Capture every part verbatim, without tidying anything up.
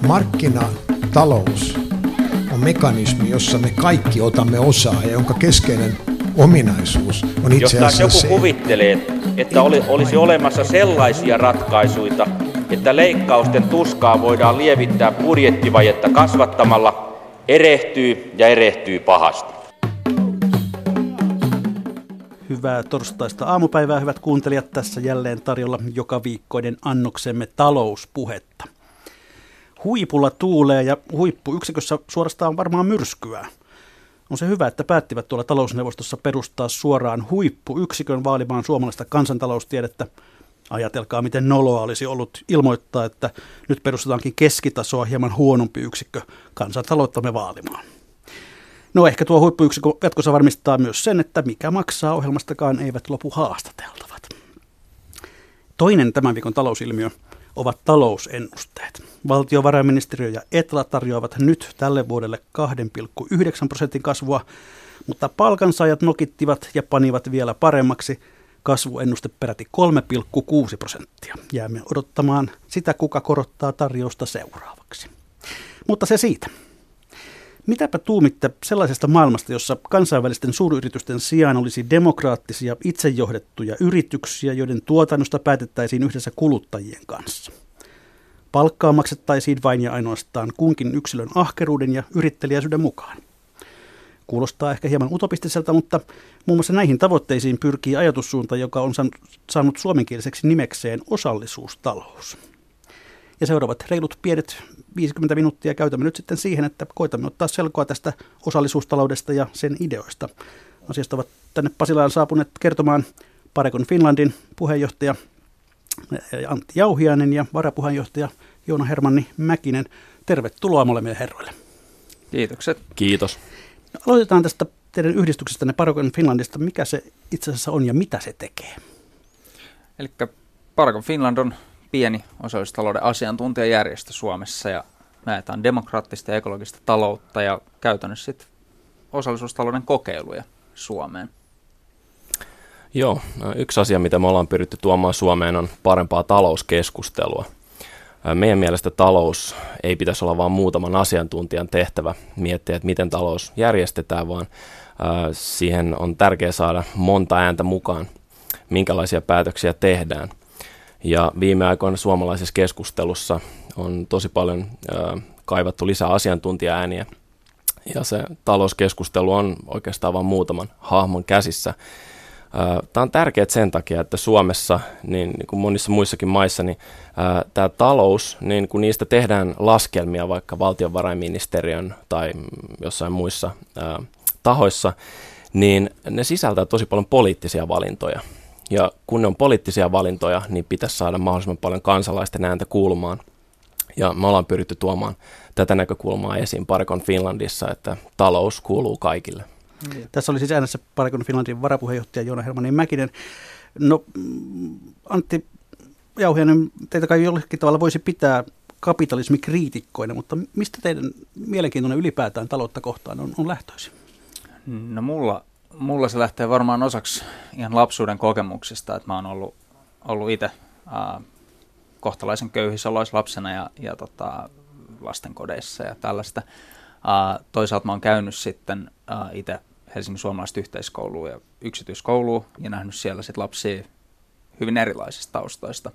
Markkinatalous on mekanismi, jossa me kaikki otamme osaa ja jonka keskeinen ominaisuus on itse asiassa Jos se. joku kuvittelee, että oli, olisi olemassa sellaisia ratkaisuja, että leikkausten tuskaa voidaan lievittää budjettivajetta kasvattamalla, erehtyy ja erehtyy pahasti. Hyvää torstaista aamupäivää, hyvät kuuntelijat. Tässä jälleen tarjolla joka viikkoinen annoksemme talouspuhetta. Huipulla tuulee ja huippuyksikössä suorastaan varmaan myrskyää. On se hyvä, että päättivät tuolla talousneuvostossa perustaa suoraan huippuyksikön vaalimaan suomalaista kansantaloustiedettä. Ajatelkaa, miten noloa olisi ollut ilmoittaa, että nyt perustetaankin keskitasoa hieman huonompi yksikkö kansantalouttamme vaalimaan. No ehkä tuo huippuyksikkö jatkossa varmistaa myös sen, että mikä maksaa ohjelmastakaan eivät lopu haastateltavat. Toinen tämän viikon talousilmiö ovat talousennusteet. Valtiovarainministeriö ja Etla tarjoavat nyt tälle vuodelle kaksi pilkku yhdeksän prosentin kasvua, mutta palkansaajat nokittivat ja panivat vielä paremmaksi kasvuennuste peräti kolme pilkku kuusi prosenttia. Jäämme odottamaan sitä, kuka korottaa tarjousta seuraavaksi. Mutta se siitä. Mitäpä tuumitte sellaisesta maailmasta, jossa kansainvälisten suuryritysten sijaan olisi demokraattisia, itsejohdettuja yrityksiä, joiden tuotannosta päätettäisiin yhdessä kuluttajien kanssa? Palkkaa maksettaisiin vain ja ainoastaan kunkin yksilön ahkeruuden ja yritteliäisyyden mukaan. Kuulostaa ehkä hieman utopistiselta, mutta muun muassa näihin tavoitteisiin pyrkii ajatussuunta, joka on saanut suomenkieliseksi nimekseen osallisuustalous. Ja seuraavat reilut pienet viisikymmentä minuuttia käytämme nyt sitten siihen, että koitamme ottaa selkoa tästä osallisuustaloudesta ja sen ideoista. Asiasta ovat tänne Pasilaan saapuneet kertomaan Paregon Finlandin puheenjohtaja Antti Jauhiainen ja varapuheenjohtaja Joona Hermanni Mäkinen. Tervetuloa molemmille herroille. Kiitokset. Kiitos. No, aloitetaan tästä teidän yhdistyksestänne Paregon Finlandista. Mikä se itse asiassa on ja mitä se tekee? Eli Paregon Finland on pieni osallisuustalouden asiantuntijajärjestö Suomessa ja näetään demokraattista ja ekologista taloutta ja käytännössä sitten osallisuustalouden kokeiluja Suomeen. Joo, yksi asia, mitä me ollaan pyritty tuomaan Suomeen on parempaa talouskeskustelua. Meidän mielestä talous ei pitäisi olla vain muutaman asiantuntijan tehtävä miettiä, että miten talous järjestetään, vaan siihen on tärkeää saada monta ääntä mukaan, minkälaisia päätöksiä tehdään. Ja viime aikoina suomalaisessa keskustelussa on tosi paljon äh, kaivattu lisää asiantuntija-ääniä. Ja se talouskeskustelu on oikeastaan vain muutaman hahmon käsissä. Äh, tämä on tärkeää sen takia, että Suomessa, niin, niin kuin monissa muissakin maissa, niin äh, tämä talous, niin kun niistä tehdään laskelmia vaikka valtiovarainministeriön tai jossain muissa äh, tahoissa, niin ne sisältää tosi paljon poliittisia valintoja. Ja kun ne on poliittisia valintoja, niin pitäisi saada mahdollisimman paljon kansalaisten ääntä kuulumaan. Ja me ollaan pyritty tuomaan tätä näkökulmaa esiin Paregon Finlandissa, että talous kuuluu kaikille. Mm. Tässä oli siis äänessä Paregon Finlandin varapuheenjohtaja Joona Hermanni Mäkinen. No Antti Jauhiainen, teitä kai jollakin tavalla voisi pitää kapitalismikriitikkoina, mutta mistä teidän mielenkiintoinen ylipäätään taloutta kohtaan on, on lähtöisin? No mulla... Mulla se lähtee varmaan osaksi ihan lapsuuden kokemuksista, että mä oon ollut, ollut itse äh, kohtalaisen köyhissä oloissa lapsena ja, ja tota, lastenkodeissa ja tällaista. Äh, toisaalta mä oon käynyt sitten äh, itse Helsingin suomalaista yhteiskoulua ja yksityiskoulua ja nähnyt siellä sit lapsia hyvin erilaisista taustoista.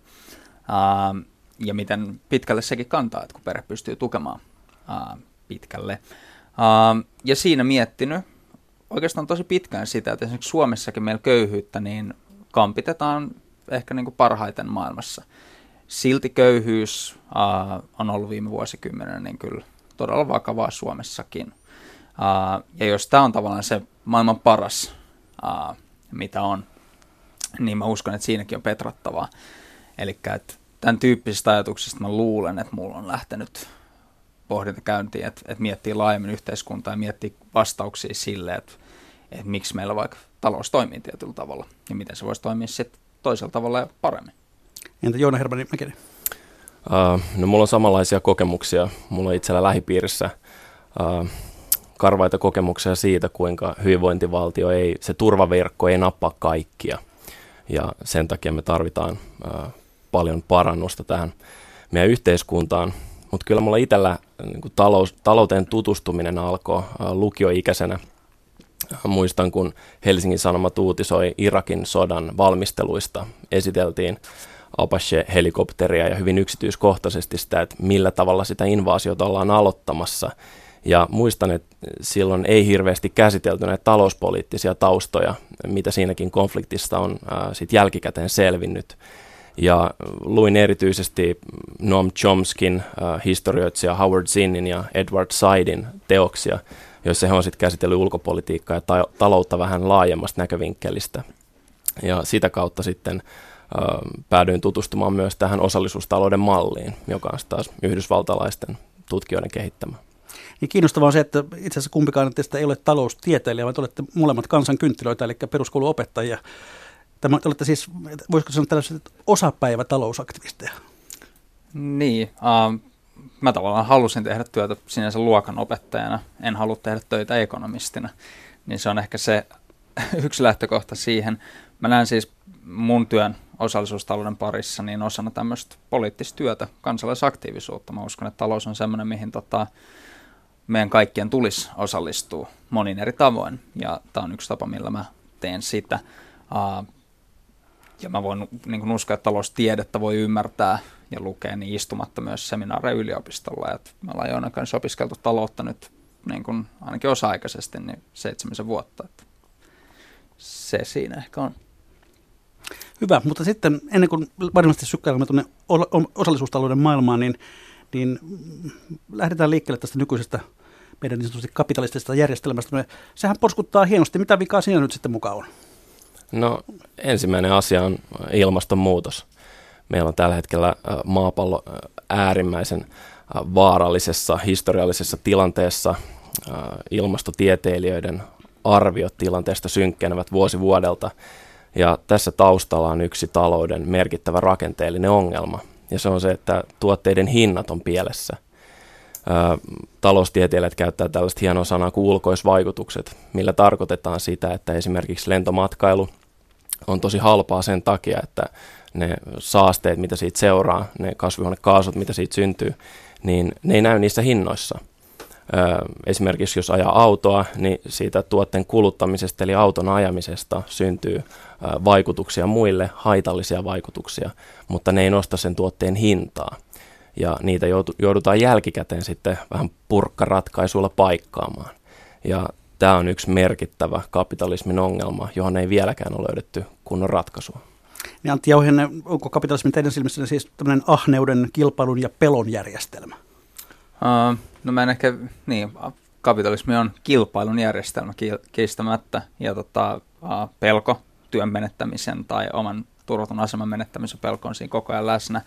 Äh, ja miten pitkälle sekin kantaa, että kun perhe pystyy tukemaan äh, pitkälle. Äh, ja siinä miettinyt oikeastaan tosi pitkään sitä, että esimerkiksi Suomessakin meillä köyhyyttä niin kampitetaan ehkä niin kuin parhaiten maailmassa. Silti köyhyys äh, on ollut viime vuosikymmenen niin kyllä todella vakavaa Suomessakin. Äh, ja jos tämä on tavallaan se maailman paras, äh, mitä on, niin mä uskon, että siinäkin on petrattavaa. Eli tämän tyyppisistä ajatuksista mä luulen, että mulla on lähtenyt pohdinta käyntiin, että, että miettii laajemmin yhteiskuntaa ja miettii vastauksia sille, että, että miksi meillä vaikka talous toimii tietyllä tavalla ja miten se voisi toimia sitten toisella tavalla ja paremmin. Entä Joona Hermanni Mäkinen? Uh, no mulla on samanlaisia kokemuksia. Mulla on itsellä lähipiirissä uh, karvaita kokemuksia siitä, kuinka hyvinvointivaltio ei, se turvaverkko ei nappaa kaikkia. Ja sen takia me tarvitaan uh, paljon parannusta tähän meidän yhteiskuntaan. Mutta kyllä mulla itsellä niin kuin talous, talouteen tutustuminen alkoi lukioikäisenä. Muistan, kun Helsingin Sanomat uutisoi Irakin sodan valmisteluista, esiteltiin Apache-helikopteria ja hyvin yksityiskohtaisesti sitä, että millä tavalla sitä invaasiota ollaan aloittamassa. Ja muistan, että silloin ei hirveästi käsitelty näitä talouspoliittisia taustoja, mitä siinäkin konfliktista on ää, sit jälkikäteen selvinnyt. Ja luin erityisesti Noam Chomskin, ää, historioitsija Howard Zinnin ja Edward Saidin teoksia, joissa he on sitten käsitellyt ulkopolitiikkaa ja ta- taloutta vähän laajemmasta näkövinkkelistä. Ja sitä kautta sitten ää, päädyin tutustumaan myös tähän osallisuustalouden malliin, joka on taas yhdysvaltalaisten tutkijoiden kehittämä. Niin kiinnostavaa on se, että itse asiassa kumpikaan teistä ei ole taloustieteilijä, vaan te olette molemmat kansankynttilöitä, eli peruskouluopettajia. Tämä, te olette siis, voisiko sanoa tällaiset osapäivätalousaktivisteja? Niin, uh, mä tavallaan halusin tehdä työtä sinänsä luokanopettajana, en halua tehdä töitä ekonomistina, niin se on ehkä se yksi lähtökohta siihen. Mä näen siis mun työn osallisuustalouden parissa niin osana tämmöistä poliittista työtä, kansalaisaktiivisuutta. Mä uskon, että talous on semmoinen, mihin tota, meidän kaikkien tulisi osallistua monin eri tavoin, ja tämä on yksi tapa, millä mä teen sitä. Uh, ja mä voin niin kun uskoa, että taloustiedettä voi ymmärtää ja lukea niin istumatta myös seminaareja yliopistolla. Et me ollaan Joonan kanssa opiskeltu taloutta nyt niin kun ainakin osa-aikaisesti niin seitsemisen vuotta. Et se siinä ehkä on. Hyvä, mutta sitten ennen kuin varmasti sykkäilemme tuonne osallisuustalouden maailmaan, niin, niin lähdetään liikkeelle tästä nykyisestä meidän niin sanotusti kapitalistisesta järjestelmästä. Sehän porskuttaa hienosti. Mitä vikaa siinä nyt sitten mukaan on? No ensimmäinen asia on ilmastonmuutos. Meillä on tällä hetkellä maapallo äärimmäisen vaarallisessa historiallisessa tilanteessa. Ilmastotieteilijöiden arviot tilanteesta synkkenevät vuosi vuodelta. Ja tässä taustalla on yksi talouden merkittävä rakenteellinen ongelma. Ja se on se, että tuotteiden hinnat on pielessä. Taloustieteilijät käyttää tällaista hienoa sanaa kuin ulkoisvaikutukset, millä tarkoitetaan sitä, että esimerkiksi lentomatkailu on tosi halpaa sen takia, että ne saasteet, mitä siitä seuraa, ne kasvihuonekaasut, mitä siitä syntyy, niin ne ei näy niissä hinnoissa. Esimerkiksi jos ajaa autoa, niin siitä tuotteen kuluttamisesta eli auton ajamisesta syntyy vaikutuksia muille, haitallisia vaikutuksia, mutta ne ei nosta sen tuotteen hintaa. Ja niitä joudutaan jälkikäteen sitten vähän purkkaratkaisuilla paikkaamaan. Ja tämä on yksi merkittävä kapitalismin ongelma, johon ei vieläkään ole löydetty kunnon ratkaisua. Niin Antti Jauhiainen, onko kapitalismin teidän silmissä siis tämmöinen ahneuden, kilpailun ja pelon järjestelmä? Uh, no mä en ehkä, niin, kapitalismi on kilpailun järjestelmä kiistämättä, ja tota, uh, pelko työn menettämisen tai oman turvatun aseman menettämisen pelko on siinä koko ajan läsnä.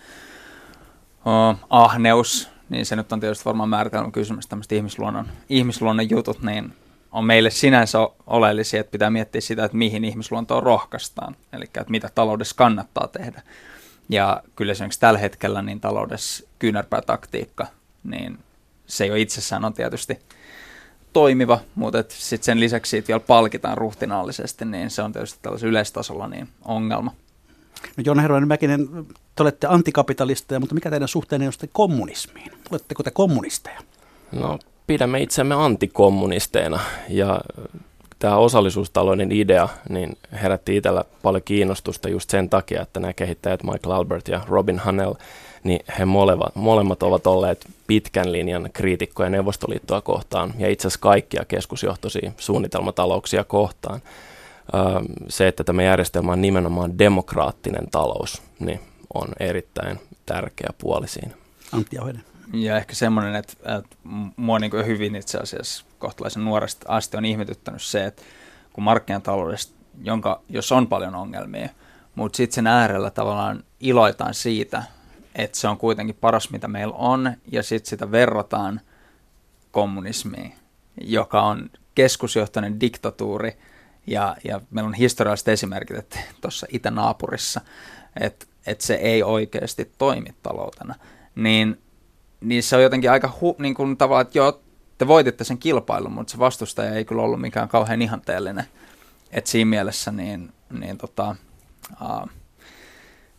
Uh, ahneus, niin se nyt on tietysti varmaan määritelmä kysymys, tämmöiset ihmisluonnon, ihmisluonnon jutut, niin on meille sinänsä oleellisia, että pitää miettiä sitä, että mihin ihmisluontoon rohkaistaan, eli että mitä taloudessa kannattaa tehdä. Ja kyllä esimerkiksi tällä hetkellä niin taloudessa kyynärpäätaktiikka, niin se jo itsessään on tietysti toimiva, mutta sitten sen lisäksi siitä vielä palkitaan ruhtinaallisesti, niin se on tietysti tällaisella yleistasolla niin ongelma. No Joona Herranen-Mäkinen, te olette antikapitalisteja, mutta mikä teidän suhteenne on sitten kommunismiin? Oletteko te kommunisteja? No pidämme itsemme antikommunisteina, ja tämä osallisuustalouden idea niin herätti itsellä paljon kiinnostusta just sen takia, että nämä kehittäjät Michael Albert ja Robin Hahnel, niin he molemmat, molemmat ovat olleet pitkän linjan kriitikkoja Neuvostoliittoa kohtaan ja itse asiassa kaikkia keskusjohtoisia suunnitelmatalouksia kohtaan. Se, että tämä järjestelmä on nimenomaan demokraattinen talous, niin on erittäin tärkeä puoli siinä. Antti Jauhiainen. Ja ehkä semmoinen, että, että mua niin kuin hyvin itse asiassa kohtalaisen nuoresta asti on ihmetyttänyt se, että kun markkinataloudesta, jonka, jos on paljon ongelmia, mutta sitten sen äärellä tavallaan iloitaan siitä, että se on kuitenkin paras, mitä meillä on, ja sitten sitä verrataan kommunismiin, joka on keskusjohtoinen diktatuuri, ja, ja meillä on historialliset esimerkit, että tuossa itänaapurissa, että, että se ei oikeasti toimi taloutena, niin niin se on jotenkin aika hu, niin kuin tavallaan, että joo, te voititte sen kilpailun, mutta se vastustaja ei kyllä ollut mikään kauhean ihanteellinen. Että siinä mielessä niin, niin tota, uh,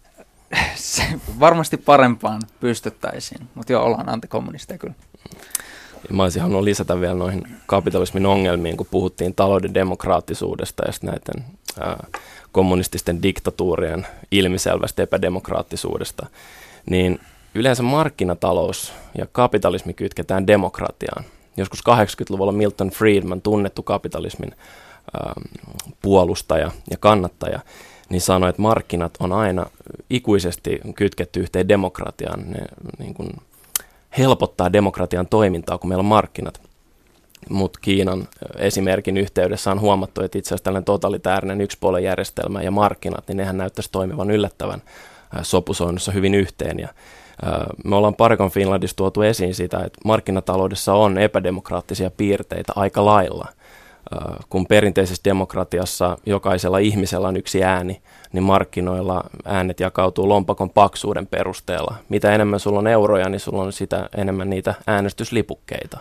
se varmasti parempaan pystyttäisiin, mutta joo, ollaan antikommunisteja kyllä. Mä olisin halunnut lisätä vielä noihin kapitalismin ongelmiin, kun puhuttiin talouden demokraattisuudesta ja näiden ää, kommunististen diktatuurien ilmiselvästä epädemokraattisuudesta, niin yleensä markkinatalous ja kapitalismi kytketään demokratiaan. Joskus kahdeksankymmentäluvulla Milton Friedman, tunnettu kapitalismin ää, puolustaja ja kannattaja, niin sanoi, että markkinat on aina ikuisesti kytketty yhteen demokratiaan. Ne niin kuin helpottaa demokratian toimintaa, kun meillä on markkinat. Mutta Kiinan esimerkin yhteydessä on huomattu, että itse asiassa tällainen totalitäärinen yksipuoluejärjestelmä ja markkinat, niin nehän näyttäisi toimivan yllättävän sopusoinnussa hyvin yhteen. Ja me ollaan Parikon Finlandissa tuotu esiin sitä, että markkinataloudessa on epädemokraattisia piirteitä aika lailla. Kun perinteisessä demokratiassa jokaisella ihmisellä on yksi ääni, niin markkinoilla äänet jakautuu lompakon paksuuden perusteella. Mitä enemmän sulla on euroja, niin sulla on sitä enemmän niitä äänestyslipukkeita.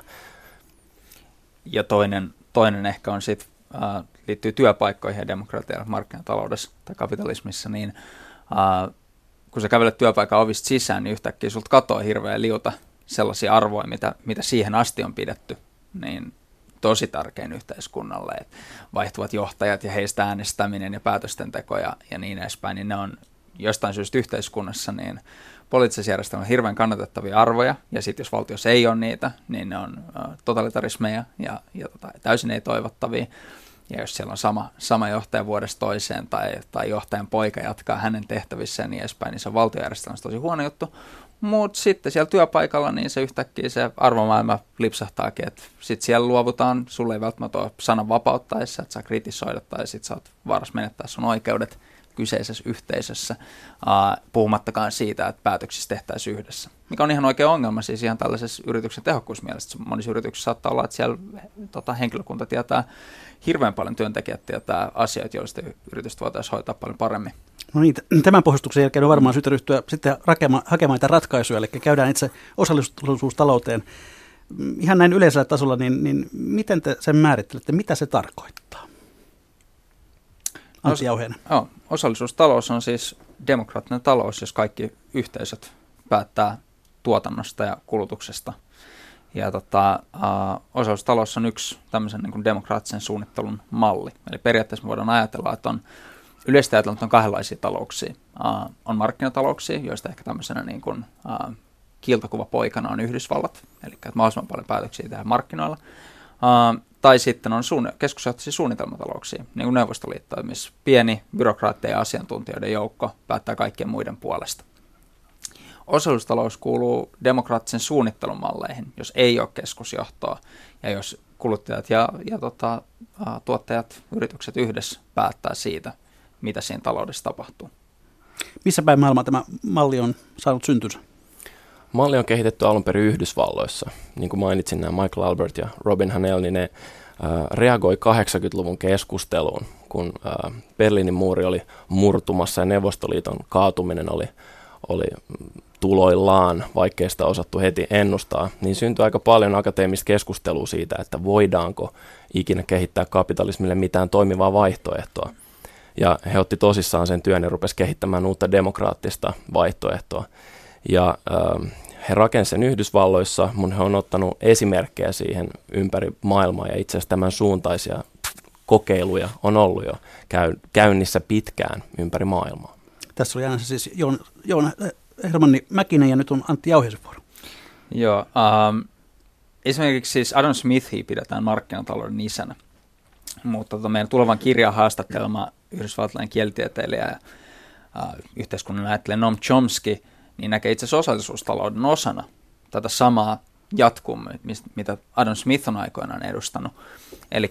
Ja toinen, toinen ehkä on sit, äh, liittyy työpaikkoihin ja demokratiaan markkinataloudessa tai kapitalismissa, niin äh, kun sä kävelet työpaikan ovista sisään, niin yhtäkkiä sulta katoaa hirveä liuta sellaisia arvoja, mitä, mitä siihen asti on pidetty, niin tosi tärkein yhteiskunnalle, että vaihtuvat johtajat ja heistä äänestäminen ja päätöstenteko ja, ja niin edespäin, niin ne on jostain syystä yhteiskunnassa, niin poliittisessa järjestelmässä on hirveän kannatettavia arvoja, ja sitten jos valtiossa ei ole niitä, niin ne on uh, totalitarismeja ja, ja tota, täysin ei toivottavia, ja jos siellä on sama, sama johtaja vuodesta toiseen, tai, tai johtajan poika jatkaa hänen tehtävissään ja niin edespäin, niin se on valtiojärjestelmässä tosi huono juttu. Mutta sitten siellä työpaikalla, niin se yhtäkkiä se arvomaailma lipsahtaakin, että sitten siellä luovutaan, sulle ei välttämättä ole sananvapautta, että sä et saa kritisoida, tai sitten sä oot vaarassa menettää sun oikeudet kyseisessä yhteisössä, uh, puhumattakaan siitä, että päätöksissä tehtäisiin yhdessä. Mikä on ihan oikea ongelma, siis ihan tällaisessa yrityksen tehokkuusmielessä. Monissa yrityksissä saattaa olla, että siellä tota, henkilökunta tietää hirveän paljon, työntekijät tietää asioita, joista yritystä voitaisiin hoitaa paljon paremmin. No niin, tämän pohjustuksen jälkeen on varmaan syytä ryhtyä sitten hakemaan, hakemaan niitä ratkaisuja, eli käydään itse osallisuustalouteen. Ihan näin yleisellä tasolla, niin, niin miten te sen määrittelette, mitä se tarkoittaa? Antti Jauheinen. Os- oh, osallisuustalous on siis demokraattinen talous, jos kaikki yhteisöt päättää tuotannosta ja kulutuksesta. Ja tota, uh, osallisuustalous on yksi tämmöisen niin kuin demokraattisen suunnittelun malli. Eli periaatteessa me voidaan ajatella, että on yleisesti ajatella, että on kahdenlaisia talouksia. Uh, on markkinatalouksia, joista ehkä tämmöisenä niin kuin, uh, kiiltokuvapoikana on Yhdysvallat, eli että mahdollisimman paljon päätöksiä tehdään markkinoilla. Uh, tai sitten on suun- keskusjohtaisia suunnitelmatalouksia, niin kuin Neuvostoliitto, missä pieni byrokraatteja ja asiantuntijoiden joukko päättää kaikkien muiden puolesta. Osallisuustalous kuuluu demokraattisen suunnittelun malleihin, jos ei ole keskusjohtoa ja jos kuluttajat ja, ja tota, uh, tuottajat, yritykset yhdessä päättää siitä, mitä siinä taloudessa tapahtuu. Missä päin maailmaa tämä malli on saanut syntynsä? Malli on kehitetty alun perin Yhdysvalloissa. Niin kuin mainitsin, nämä Michael Albert ja Robin Hanel, niin ne äh, reagoi kahdeksankymmentäluvun keskusteluun, kun äh, Berliinin muuri oli murtumassa ja Neuvostoliiton kaatuminen oli, oli tuloillaan, vaikkei sitä osattu heti ennustaa, niin syntyi aika paljon akateemista keskustelua siitä, että voidaanko ikinä kehittää kapitalismille mitään toimivaa vaihtoehtoa. Ja he otti tosissaan sen työn ja rupesi kehittämään uutta demokraattista vaihtoehtoa. Ja äh, he rakensivat sen Yhdysvalloissa, mun he on ottanut esimerkkejä siihen ympäri maailmaa, ja itse asiassa tämän suuntaisia kokeiluja on ollut jo käy, käynnissä pitkään ympäri maailmaa. Tässä oli aina siis Joona, Joona Hermanni Mäkinen, ja nyt on Antti Jauheisen vuoro. Joo, um, esimerkiksi siis Adam Smithia pidetään markkinatalouden isänä, mutta tota meidän tulevan kirjan haastattelema yhdysvaltalainen kielitieteilijä ja uh, yhteiskunnan ajattelija Noam Chomsky niin näkee itse asiassa osallisuustalouden osana tätä samaa jatkumaa, mitä Adam Smith on aikoinaan edustanut. Eli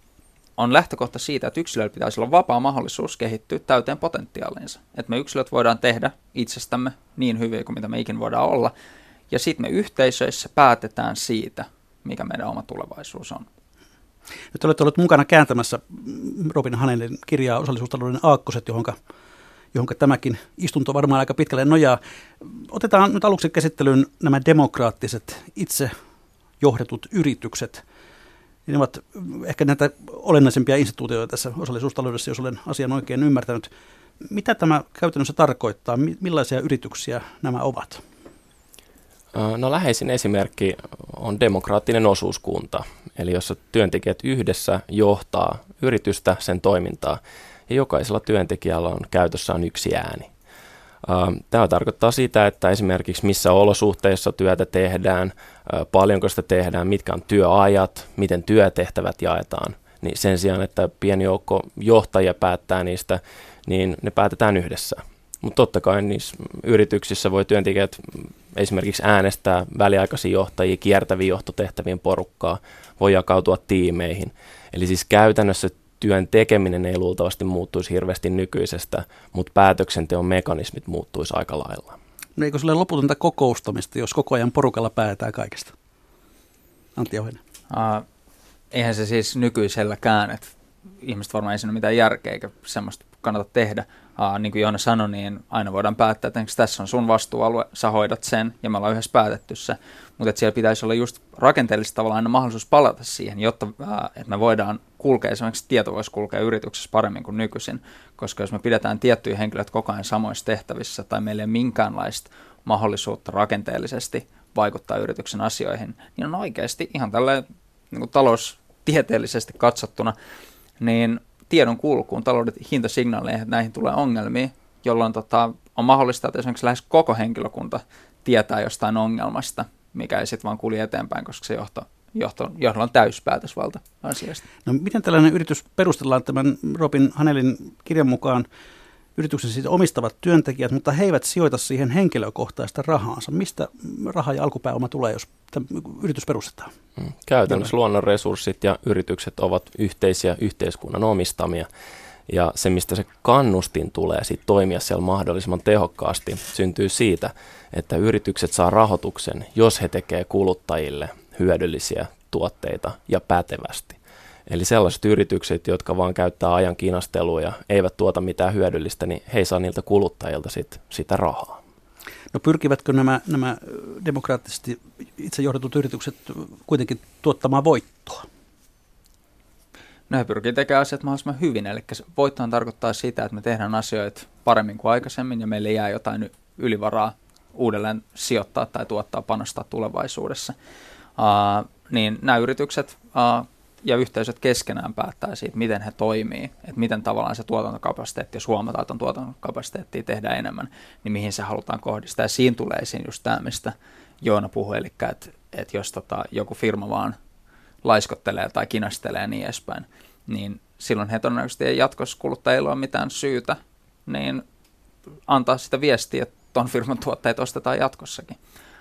on lähtökohta siitä, että yksilöillä pitäisi olla vapaa mahdollisuus kehittyä täyteen potentiaaliinsa. Että me yksilöt voidaan tehdä itsestämme niin hyviä kuin mitä me ikin voidaan olla. Ja sitten me yhteisöissä päätetään siitä, mikä meidän oma tulevaisuus on. Nyt olette olleet mukana kääntämässä Robin Hanelin kirjaa Osallisuustalouden aakkoset, johonka johon tämäkin istunto varmaan aika pitkälle nojaa. Otetaan nyt aluksi käsittelyyn nämä demokraattiset, itse johdetut yritykset. Ne ovat ehkä näitä olennaisempia instituutioita tässä osallisuustaloudessa, jos olen asian oikein ymmärtänyt. Mitä tämä käytännössä tarkoittaa? Millaisia yrityksiä nämä ovat? No läheisin esimerkki on demokraattinen osuuskunta, eli jossa työntekijät yhdessä johtaa yritystä, sen toimintaa, ja jokaisella työntekijällä on käytössään yksi ääni. Tämä tarkoittaa sitä, että esimerkiksi missä olosuhteissa työtä tehdään, paljonko sitä tehdään, mitkä on työajat, miten työtehtävät jaetaan, niin sen sijaan, että pieni joukko johtajia päättää niistä, niin ne päätetään yhdessä. Mutta totta kai niissä yrityksissä voi työntekijät esimerkiksi äänestää väliaikaisia johtajia, kiertäviä johtotehtävien porukkaa, voi jakautua tiimeihin. Eli siis käytännössä työn tekeminen ei luultavasti muuttuisi hirveästi nykyisestä, mutta päätöksenteon mekanismit muuttuisi aika lailla. No eikö sulle loputonta kokoustamista, jos koko ajan porukalla päätetään kaikesta? Antti Jouhinen. Uh, eihän se siis nykyiselläkään, että ihmiset varmaan ei siinä ole mitään järkeä, eikä semmoista kannata tehdä. Uh, niin kuin Joona sanoi, niin aina voidaan päättää, että tässä on sun vastuualue, sä hoidat sen, ja me ollaan yhdessä päätetty se. Mutta siellä pitäisi olla just rakenteellisesti tavalla aina mahdollisuus palata siihen, jotta uh, että me voidaan kulkea, esimerkiksi tieto voisi kulkea yrityksessä paremmin kuin nykyisin, koska jos me pidetään tiettyjä henkilöitä koko ajan samoissa tehtävissä, tai meillä ei ole minkäänlaista mahdollisuutta rakenteellisesti vaikuttaa yrityksen asioihin, niin on oikeasti ihan tälleen niin kuin taloustieteellisesti katsottuna, niin tiedon kulkuun, talouden hintasignaaleihin, että näihin tulee ongelmia, jolloin tota, on mahdollista, että esimerkiksi lähes koko henkilökunta tietää jostain ongelmasta, mikä ei sitten vaan kulje eteenpäin, koska se johto, johto, johdolla on täyspäätösvalta asiasta. No miten tällainen yritys perustellaan tämän Robin Hanelin kirjan mukaan? Yrityksen siis omistavat työntekijät, mutta he eivät sijoita siihen henkilökohtaista rahaansa. Mistä raha ja alkupääoma tulee, jos yritys perustetaan? Käytännössä luonnonresurssit ja yritykset ovat yhteisiä yhteiskunnan omistamia. Ja se, mistä se kannustin tulee sit toimia siellä mahdollisimman tehokkaasti, syntyy siitä, että yritykset saa rahoituksen, jos he tekevät kuluttajille hyödyllisiä tuotteita ja pätevästi. Eli sellaiset yritykset, jotka vaan käyttää ajan kinastelua ja eivät tuota mitään hyödyllistä, niin he ei saa niiltä kuluttajilta sit, sitä rahaa. No pyrkivätkö nämä, nämä demokraattisesti itse johdetut yritykset kuitenkin tuottamaan voittoa? No he pyrkii tekemään asiat mahdollisimman hyvin, eli voittohan tarkoittaa sitä, että me tehdään asioita paremmin kuin aikaisemmin ja meille jää jotain ylivaraa uudelleen sijoittaa tai tuottaa, panostaa tulevaisuudessa. Uh, niin nämä yritykset uh, ja yhteisöt keskenään päättää siitä, miten he toimii, että miten tavallaan se tuotantokapasiteetti, jos huomataan, että on tuotantokapasiteettia tehdään enemmän, niin mihin se halutaan kohdistaa. Ja siinä tulee esiin just tämä, mistä Joona puhui, eli että, että jos tota, joku firma vaan laiskottelee tai kinastelee ja niin edespäin, niin silloin he todennäköisesti ei jatkossa kuluttajilla ole mitään syytä, niin antaa sitä viestiä, että tuon firman tuotteet ostetaan jatkossakin.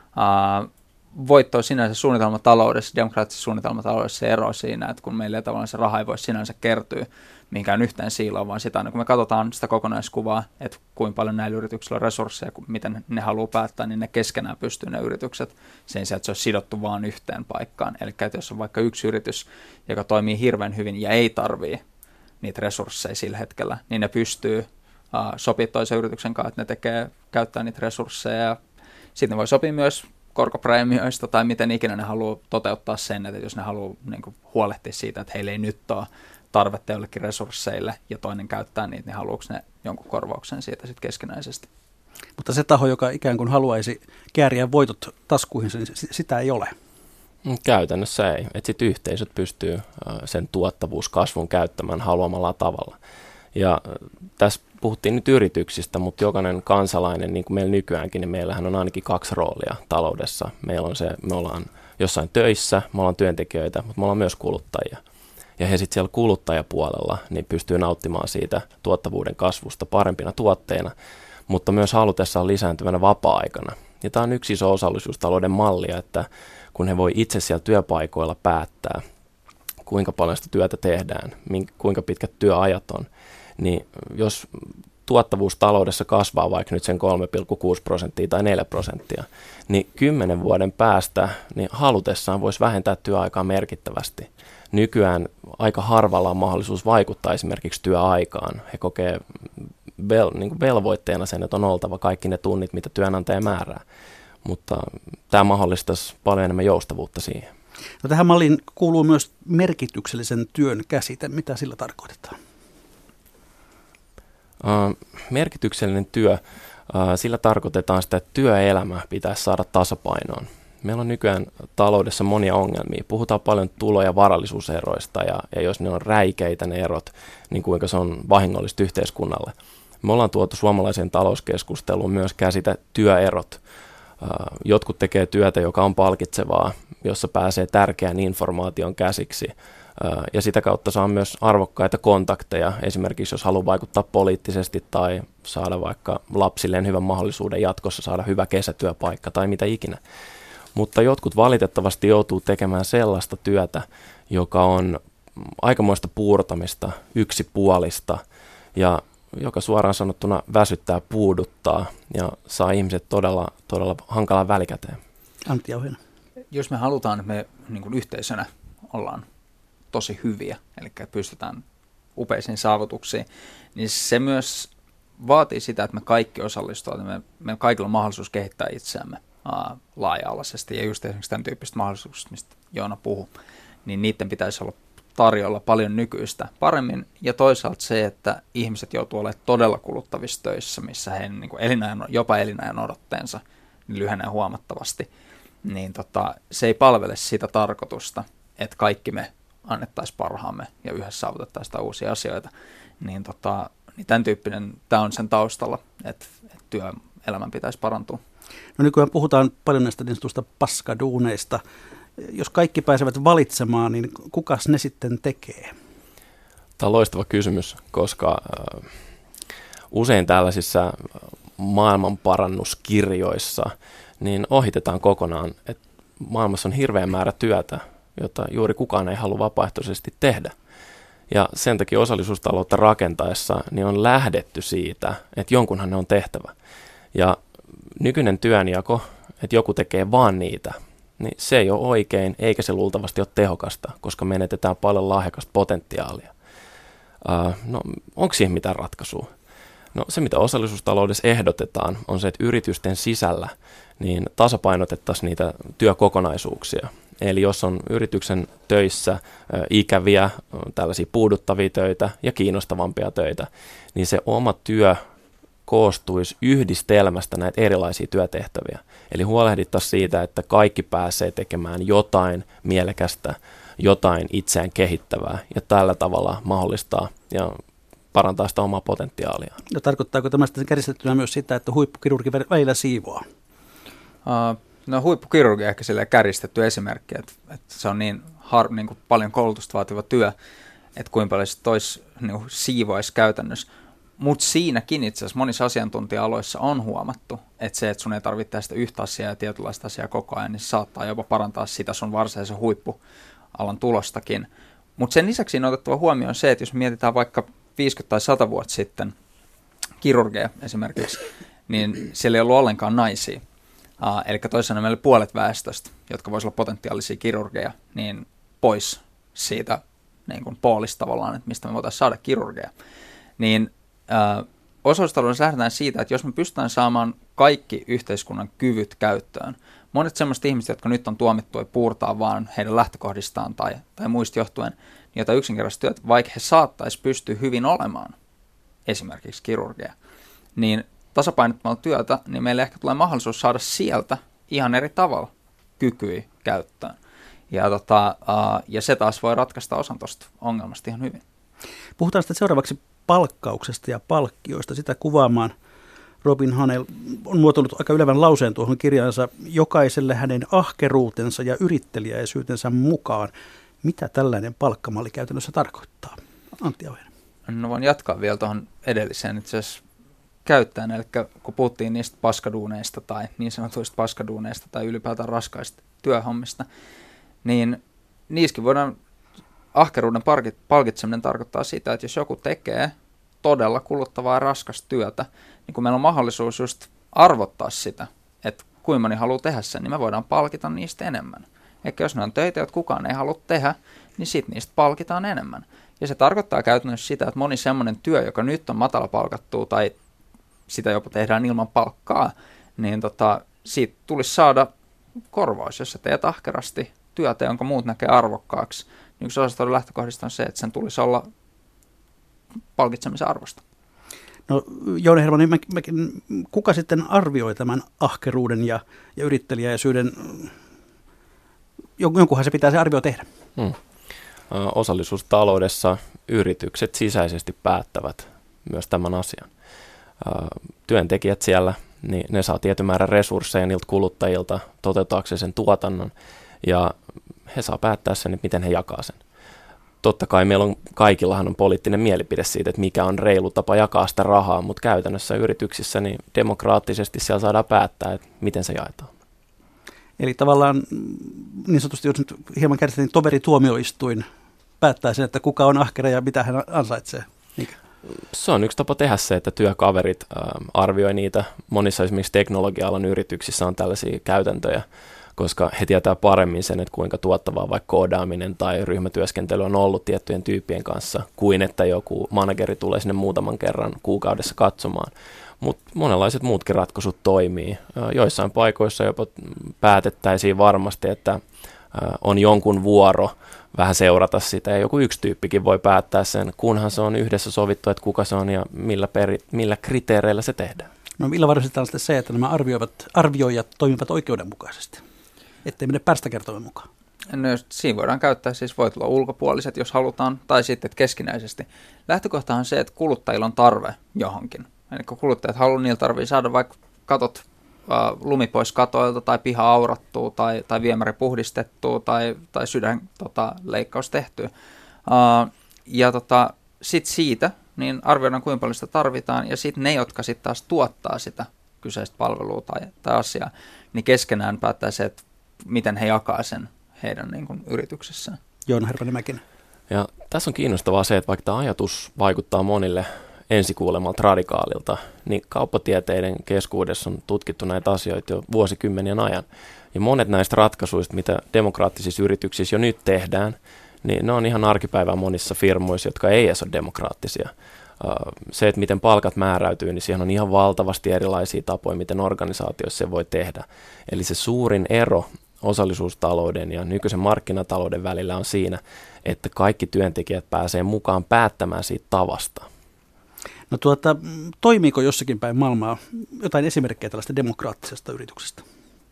Uh, Voitto on sinänsä suunnitelmataloudessa, demokraattisessa suunnitelmataloudessa se ero siinä, että kun meillä tavallaan se raha ei voi sinänsä kertyä mihinkään yhteen siiloon, vaan sitä, kun me katsotaan sitä kokonaiskuvaa, että kuinka paljon näillä yrityksillä on resursseja, miten ne haluaa päättää, niin ne keskenään pystyy ne yritykset sen sijaan, että se on sidottu vaan yhteen paikkaan. Eli että jos on vaikka yksi yritys, joka toimii hirveän hyvin ja ei tarvitse niitä resursseja sillä hetkellä, niin ne pystyy uh, sopimaan toisen yrityksen kanssa, että ne tekee, käyttää niitä resursseja ja sitten ne voi sopia myös korkopreemioista tai miten ikinä ne haluaa toteuttaa sen, että jos ne haluaa niin kuin huolehtia siitä, että heillä ei nyt ole tarvetta jollekin resursseille ja toinen käyttää niitä, niin haluatko ne jonkun korvauksen siitä sitten keskinäisesti. Mutta se taho, joka ikään kuin haluaisi kääriä voitot taskuihinsa, niin sitä ei ole. Käytännössä ei. Että sitten yhteisöt pystyy sen tuottavuuskasvun käyttämään haluamalla tavalla. Ja tässä puhuttiin nyt yrityksistä, mutta jokainen kansalainen, niin kuin meillä nykyäänkin, niin meillähän on ainakin kaksi roolia taloudessa. Meillä on se, me ollaan jossain töissä, me ollaan työntekijöitä, mutta me ollaan myös kuluttajia. Ja he sitten siellä kuluttajapuolella niin pystyy nauttimaan siitä tuottavuuden kasvusta parempina tuotteina, mutta myös halutessaan lisääntyvänä vapaa-aikana. Ja tämä on yksi iso osallisuustalouden mallia, että kun he voi itse siellä työpaikoilla päättää, kuinka paljon sitä työtä tehdään, kuinka pitkät työajat on, niin jos tuottavuus taloudessa kasvaa vaikka nyt sen kolme pilkku kuusi prosenttia tai neljä prosenttia, niin kymmenen vuoden päästä niin halutessaan voisi vähentää työaikaa merkittävästi. Nykyään aika harvalla on mahdollisuus vaikuttaa esimerkiksi työaikaan. He kokee vel, niin kuin velvoitteena sen, että on oltava kaikki ne tunnit, mitä työnantaja määrää, mutta tämä mahdollistaisi paljon enemmän joustavuutta siihen. No tähän malliin kuuluu myös merkityksellisen työn käsite. Mitä sillä tarkoitetaan? Merkityksellinen työ, sillä tarkoitetaan sitä, että työelämä pitäisi saada tasapainoon. Meillä on nykyään taloudessa monia ongelmia. Puhutaan paljon tulo- ja varallisuuseroista, ja, ja jos ne on räikeitä ne erot, niin kuinka se on vahingollista yhteiskunnalle. Me ollaan tuotu suomalaiseen talouskeskusteluun myös käsite työerot. Jotkut tekee työtä, joka on palkitsevaa, jossa pääsee tärkeän informaation käsiksi, ja sitä kautta saa myös arvokkaita kontakteja, esimerkiksi jos haluaa vaikuttaa poliittisesti tai saada vaikka lapsilleen hyvän mahdollisuuden jatkossa saada hyvä kesätyöpaikka tai mitä ikinä. Mutta jotkut valitettavasti joutuu tekemään sellaista työtä, joka on aikamoista puurtamista, yksipuolista ja joka suoraan sanottuna väsyttää, puuduttaa ja saa ihmiset todella, todella hankalaan välikäteen. Antti Jauhinen. Jos me halutaan, että me niin kuin yhteisönä ollaan tosi hyviä, eli pystytään upeisiin saavutuksiin, niin se myös vaatii sitä, että me kaikki osallistuvat, että me, meillä kaikilla on mahdollisuus kehittää itseämme aa, laaja-alaisesti, ja just esimerkiksi tämän tyyppistä mahdollisuuksista, mistä Joona puhui, niin niiden pitäisi olla tarjolla paljon nykyistä paremmin, ja toisaalta se, että ihmiset joutuu olemaan todella kuluttavissa töissä, missä heidän niin kuin elinajan, jopa elinajan odotteensa niin lyhenee huomattavasti, niin tota, se ei palvele sitä tarkoitusta, että kaikki me annettaisiin parhaamme ja yhdessä saavutettaisiin uusia asioita, niin, tota, niin tämän tyyppinen, tämä on sen taustalla, että, että työelämän pitäisi parantua. No nykyään puhutaan paljon näistä niin sanotusta paskaduuneista. Jos kaikki pääsevät valitsemaan, niin kukas ne sitten tekee? Tämä on loistava kysymys, koska äh, usein tällaisissa maailmanparannuskirjoissa niin ohitetaan kokonaan, että maailmassa on hirveä määrä työtä, jota juuri kukaan ei halua vapaaehtoisesti tehdä. Ja sen takia osallisuustaloutta rakentaessa niin on lähdetty siitä, että jonkunhan ne on tehtävä. Ja nykyinen työnjako, että joku tekee vaan niitä, niin se ei ole oikein, eikä se luultavasti ole tehokasta, koska menetetään paljon lahjakasta potentiaalia. Uh, no, onko siihen mitään ratkaisua? No, se, mitä osallisuustaloudessa ehdotetaan, on se, että yritysten sisällä niin tasapainotettaisiin niitä työkokonaisuuksia. Eli jos on yrityksen töissä ö, ikäviä, tällaisia puuduttavia töitä ja kiinnostavampia töitä, niin se oma työ koostuisi yhdistelmästä näitä erilaisia työtehtäviä. Eli huolehdittaisiin siitä, että kaikki pääsee tekemään jotain mielekästä, jotain itseään kehittävää ja tällä tavalla mahdollistaa ja parantaa sitä omaa potentiaalia. No, tarkoittaako tämä sitten käristettynä myös sitä, että huippukirurgi välillä siivoaa? Uh, no huippukirurgi ehkä silleen käristetty esimerkki, että, että se on niin, har, niin kuin paljon koulutusta vaativa työ, että kuinka paljon se toisi niin siivoisi käytännössä. Mutta siinäkin itse asiassa monissa asiantuntija-aloissa on huomattu, että se, että sun ei tarvitse tästä yhtä asiaa ja tietynlaista asiaa koko ajan, niin se saattaa jopa parantaa sitä sun varsinaisen huippualan tulostakin. Mutta sen lisäksi on otettava huomioon se, että jos mietitään vaikka viisikymmentä tai sata vuotta sitten kirurgeja esimerkiksi, niin siellä ei ollut ollenkaan naisia. Uh, eli toisaalta meillä puolet väestöstä, jotka voisivat olla potentiaalisia kirurgeja, niin pois siitä niin kuin poolista tavallaan, että mistä me voitaisiin saada kirurgeja. Niin uh, osallisuustaloudessa lähdetään siitä, että jos me pystytään saamaan kaikki yhteiskunnan kyvyt käyttöön, monet sellaiset ihmiset, jotka nyt on tuomittu ja puurtaa vaan heidän lähtökohdistaan tai, tai muista johtuen, niin jotain yksinkertaista työtä, vaikka he saattaisi pystyä hyvin olemaan esimerkiksi kirurgeja, niin tasapainottamalla työtä, niin meille ehkä tulee mahdollisuus saada sieltä ihan eri tavalla kykyjä käyttöön. Ja, tota, uh, ja se taas voi ratkaista osan tuosta ongelmasta ihan hyvin. Puhutaan sitten seuraavaksi palkkauksesta ja palkkioista. Sitä kuvaamaan Robin Hanel on muotoillut aika ylevän lauseen tuohon kirjaansa jokaiselle hänen ahkeruutensa ja yrittelijäisyytensä mukaan. Mitä tällainen palkkamalli käytännössä tarkoittaa? Antti Jauhinen. No voin jatkaa vielä tuohon edelliseen itse asiassa käyttäen, eli kun puhuttiin niistä paskaduuneista tai niin sanotuista paskaduuneista tai ylipäätään raskaista työhommista, niin niissäkin voidaan, ahkeruuden palkitseminen tarkoittaa sitä, että jos joku tekee todella kuluttavaa ja raskasta työtä, niin kun meillä on mahdollisuus just arvottaa sitä, että kuinka moni haluaa tehdä sen, niin me voidaan palkita niistä enemmän. Eikä jos ne on töitä, joita kukaan ei halua tehdä, niin sitten niistä palkitaan enemmän. Ja se tarkoittaa käytännössä sitä, että moni semmoinen työ, joka nyt on matala palkattua tai sitä jopa tehdään ilman palkkaa, niin tota, siitä tulisi saada korvaus, jos sä teet ahkerasti työtä, jonka muut näkee arvokkaaksi. Niin yksi osastoiden lähtökohdista on se, että sen tulisi olla palkitsemisen arvosta. No Jouni Hermanni, mä, mä, kuka sitten arvioi tämän ahkeruuden ja, ja yrittelijäisyyden? Jonkunhan se pitää se arvio tehdä. Hmm. Osallisuustaloudessa yritykset sisäisesti päättävät myös tämän asian. Työntekijät siellä, niin ne saa tietyn määrän resursseja niiltä kuluttajilta toteuttaakseen sen tuotannon, ja he saa päättää sen, että miten he jakaa sen. Totta kai meillä on kaikillahan on poliittinen mielipide siitä, että mikä on reilu tapa jakaa sitä rahaa, mutta käytännössä yrityksissä niin demokraattisesti siellä saadaan päättää, että miten se jaetaan. Eli tavallaan niin sanotusti, jos nyt hieman kärsitään, niin toverituomioistuin päättää sen, että kuka on ahkera ja mitä hän ansaitsee. Niinkä? Se on yksi tapa tehdä se, että työkaverit äh, arvioi niitä. Monissa esimerkiksi teknologia-alan yrityksissä on tällaisia käytäntöjä, koska he tietää paremmin sen, että kuinka tuottavaa vaikka koodaaminen tai ryhmätyöskentely on ollut tiettyjen tyyppien kanssa, kuin että joku manageri tulee sinne muutaman kerran kuukaudessa katsomaan. Mutta monenlaiset muutkin ratkaisut toimii. Joissain paikoissa jopa päätettäisiin varmasti, että on jonkun vuoro vähän seurata sitä, ja joku yksi tyyppikin voi päättää sen, kunhan se on yhdessä sovittu, että kuka se on ja millä, peri, millä kriteereillä se tehdään. No millä varmistetaan sitten se, että nämä arvioivat, arvioijat toimivat oikeudenmukaisesti, ettei mene pärstäkertoimen mukaan? No, siinä voidaan käyttää, siis voi tulla ulkopuoliset, jos halutaan, tai sitten keskinäisesti. Lähtökohta on se, että kuluttajilla on tarve johonkin. Eli kun kuluttajat haluaa, niillä tarvii saada vaikka katot, äh, lumi pois katoilta, tai piha aurattua, tai, tai viemäri puhdistettua, tai, tai sydän tota, leikkaus tehtyä. Äh, ja tota, sitten siitä niin arvioidaan, kuinka paljon sitä tarvitaan, ja sitten ne, jotka sitten taas tuottaa sitä kyseistä palvelua tai, tai asiaa, niin keskenään päättää se, että miten he jakaa sen heidän niin kuin, yrityksessään. Joona Hermanni Mäkinen. Ja tässä on kiinnostavaa se, että vaikka tämä ajatus vaikuttaa monille ensikuulemalta radikaalilta, niin kauppatieteiden keskuudessa on tutkittu näitä asioita jo vuosikymmenien ajan. Ja monet näistä ratkaisuista, mitä demokraattisissa yrityksissä jo nyt tehdään, niin ne on ihan arkipäivää monissa firmoissa, jotka ei edes ole demokraattisia. Se, että miten palkat määräytyy, niin siihen on ihan valtavasti erilaisia tapoja, miten organisaatioissa se voi tehdä. Eli se suurin ero osallisuustalouden ja nykyisen markkinatalouden välillä on siinä, että kaikki työntekijät pääsee mukaan päättämään siitä tavasta. No tuota, toimiiko jossakin päin maailmaa jotain esimerkkejä tällaista demokraattisesta yrityksestä?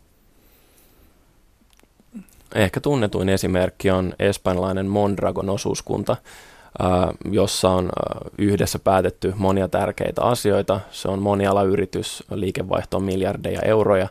Ehkä tunnetuin esimerkki on espanjalainen Mondragon osuuskunta, jossa on yhdessä päätetty monia tärkeitä asioita. Se on monialayritys, liikevaihto on miljardeja euroja,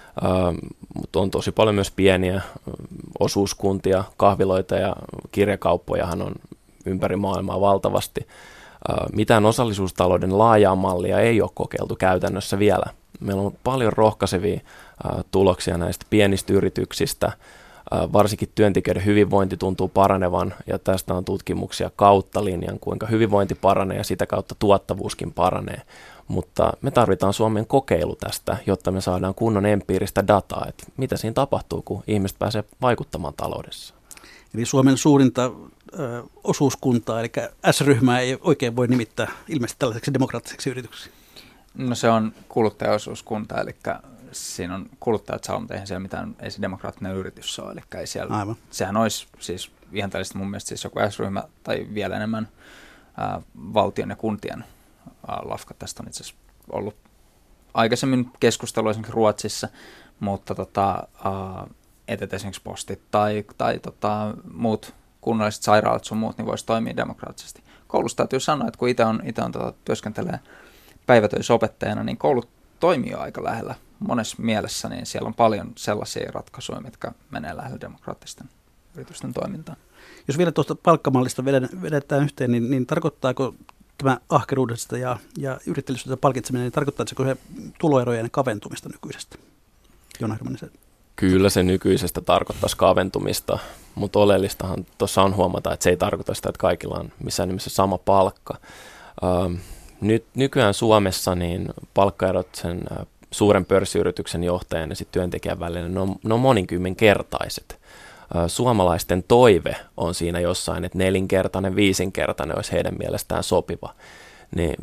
mutta on tosi paljon myös pieniä osuuskuntia, kahviloita ja kirjakauppojahan on ympäri maailmaa valtavasti. Mitään osallisuustalouden laajaa mallia ei ole kokeiltu käytännössä vielä. Meillä on paljon rohkaisevia tuloksia näistä pienistä yrityksistä. Varsinkin työntekijöiden hyvinvointi tuntuu paranevan, ja tästä on tutkimuksia kautta linjan, kuinka hyvinvointi paranee ja sitä kautta tuottavuuskin paranee. Mutta me tarvitaan Suomen kokeilu tästä, jotta me saadaan kunnon empiiristä dataa, että mitä siinä tapahtuu, kun ihmiset pääsee vaikuttamaan taloudessa. Eli Suomen suurinta ö, osuuskuntaa, eli S-ryhmää ei oikein voi nimittää ilmeisesti tällaiseksi demokraattiseksi yritykseksi. No se on kuluttajaosuuskunta, eli siinä on kuluttajat saa, mutta eihän siellä mitään, ei se demokraattinen yritys ole, eli ei siellä, Aivan. Sehän olisi siis ihan tällaista mun mielestä siis joku S-ryhmä tai vielä enemmän ää, valtion ja kuntien ää, lafka. Tästä on itse asiassa ollut aikaisemmin keskustelua esimerkiksi Ruotsissa, mutta tota, ää, etet esimerkiksi postit tai, tai tota, muut kunnalliset sairaalat sun muut, niin voisi toimia demokraattisesti. Koulussa täytyy sanoa, että kun itse on, ite on tota, työskentelee päivätöissä opettajana, niin koulut toimii jo aika lähellä. Monessa mielessä niin siellä on paljon sellaisia ratkaisuja, mitkä menee lähellä demokraattisten yritysten toimintaan. Jos vielä tuosta palkkamallista vedetään yhteen, niin, niin tarkoittaako tämä ahkeruudesta ja, ja yrittäjyydestä palkitseminen, niin tarkoittaako se tuloerojen kaventumista nykyisestä? Joona Hermanni. Kyllä se nykyisestä tarkoittaisi kaventumista, mutta oleellistahan tuossa on huomata, että se ei tarkoita sitä, että kaikilla on missään nimessä sama palkka. Ähm, nyt, nykyään Suomessa niin palkkaerot sen äh, suuren pörssiyrityksen johtajan ja sit työntekijän välillä, ne on, ne on monikymmenkertaiset. Äh, suomalaisten toive on siinä jossain, että nelinkertainen, viisinkertainen olisi heidän mielestään sopiva. Niin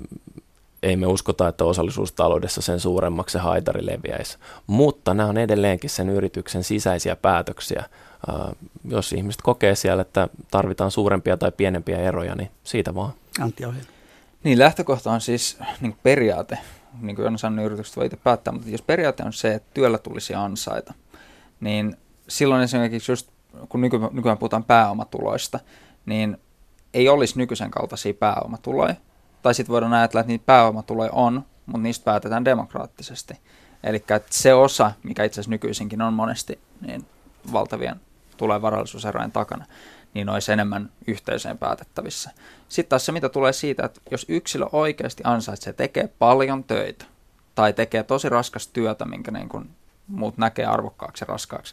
ei me uskota, että osallisuustaloudessa sen suuremmaksi se haitari leviäisi. Mutta nämä on edelleenkin sen yrityksen sisäisiä päätöksiä. Uh, jos ihmiset kokee siellä, että tarvitaan suurempia tai pienempiä eroja, niin siitä vaan. Antti Auhiainen. Niin, lähtökohta on siis niin kuin periaate, niin kuin Joona sanoi, yritykset voi itse päättää, mutta jos periaate on se, että työllä tulisi ansaita, niin silloin esimerkiksi just kun nyky, nykyään puhutaan pääomatuloista, niin ei olisi nykyisen kaltaisia pääomatuloja. Tai sitten voidaan ajatella, että niitä pääomatuloja on, mutta niistä päätetään demokraattisesti. Eli se osa, mikä itse asiassa nykyisinkin on monesti niin valtavien tulee varallisuuserojen takana, niin olisi enemmän yhteisöjen päätettävissä. Sitten taas se, mitä tulee siitä, että jos yksilö oikeasti ansaitsee, tekee paljon töitä tai tekee tosi raskasta työtä, minkä niin kuin muut näkee arvokkaaksi ja raskaaksi,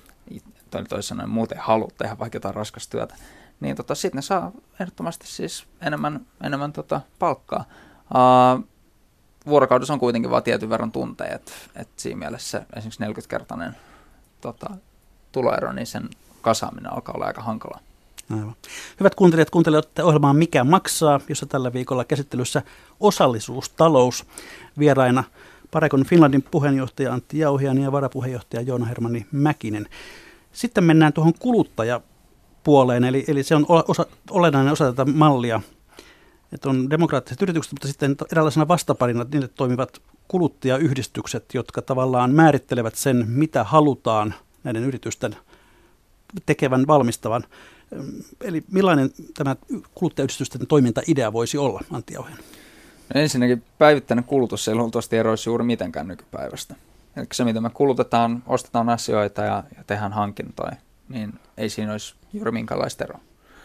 toisin sanoen muuten halua tehdä vaikka jotain raskasta työtä, niin tota, sitten ne saa ehdottomasti siis enemmän, enemmän tota palkkaa. Uh, vuorokaudessa on kuitenkin vain tietyn verran tunteja, että et siinä mielessä esimerkiksi neljäkymmenkertainen tota, tuloero, niin sen kasaaminen alkaa olla aika hankalaa. Aivan. Hyvät kuuntelijat, kuuntelijoille ohjelmaan Mikä maksaa, jossa tällä viikolla käsittelyssä osallisuustalous. Vieraina Parecon Finlandin puheenjohtaja Antti Jauhiainen ja varapuheenjohtaja Joona Hermanni Mäkinen. Sitten mennään tuohon kuluttajapuoleen, eli, eli se on osa, olennainen osa tätä mallia, että on demokraattiset yritykset, mutta sitten eräänlaisena vastaparina niille toimivat kuluttajayhdistykset, jotka tavallaan määrittelevät sen, mitä halutaan näiden yritysten tekevän, valmistavan. Eli millainen tämä kuluttajayhdistysten toimintaidea voisi olla, Antti Jauhiainen? No ensinnäkin päivittäinen kulutus ei luultavasti eroisi juuri mitenkään nykypäivästä. Eli se, mitä me kulutetaan, ostetaan asioita ja, ja tehdään hankintoja, niin ei siinä olisi juuri minkäänlaista eroa.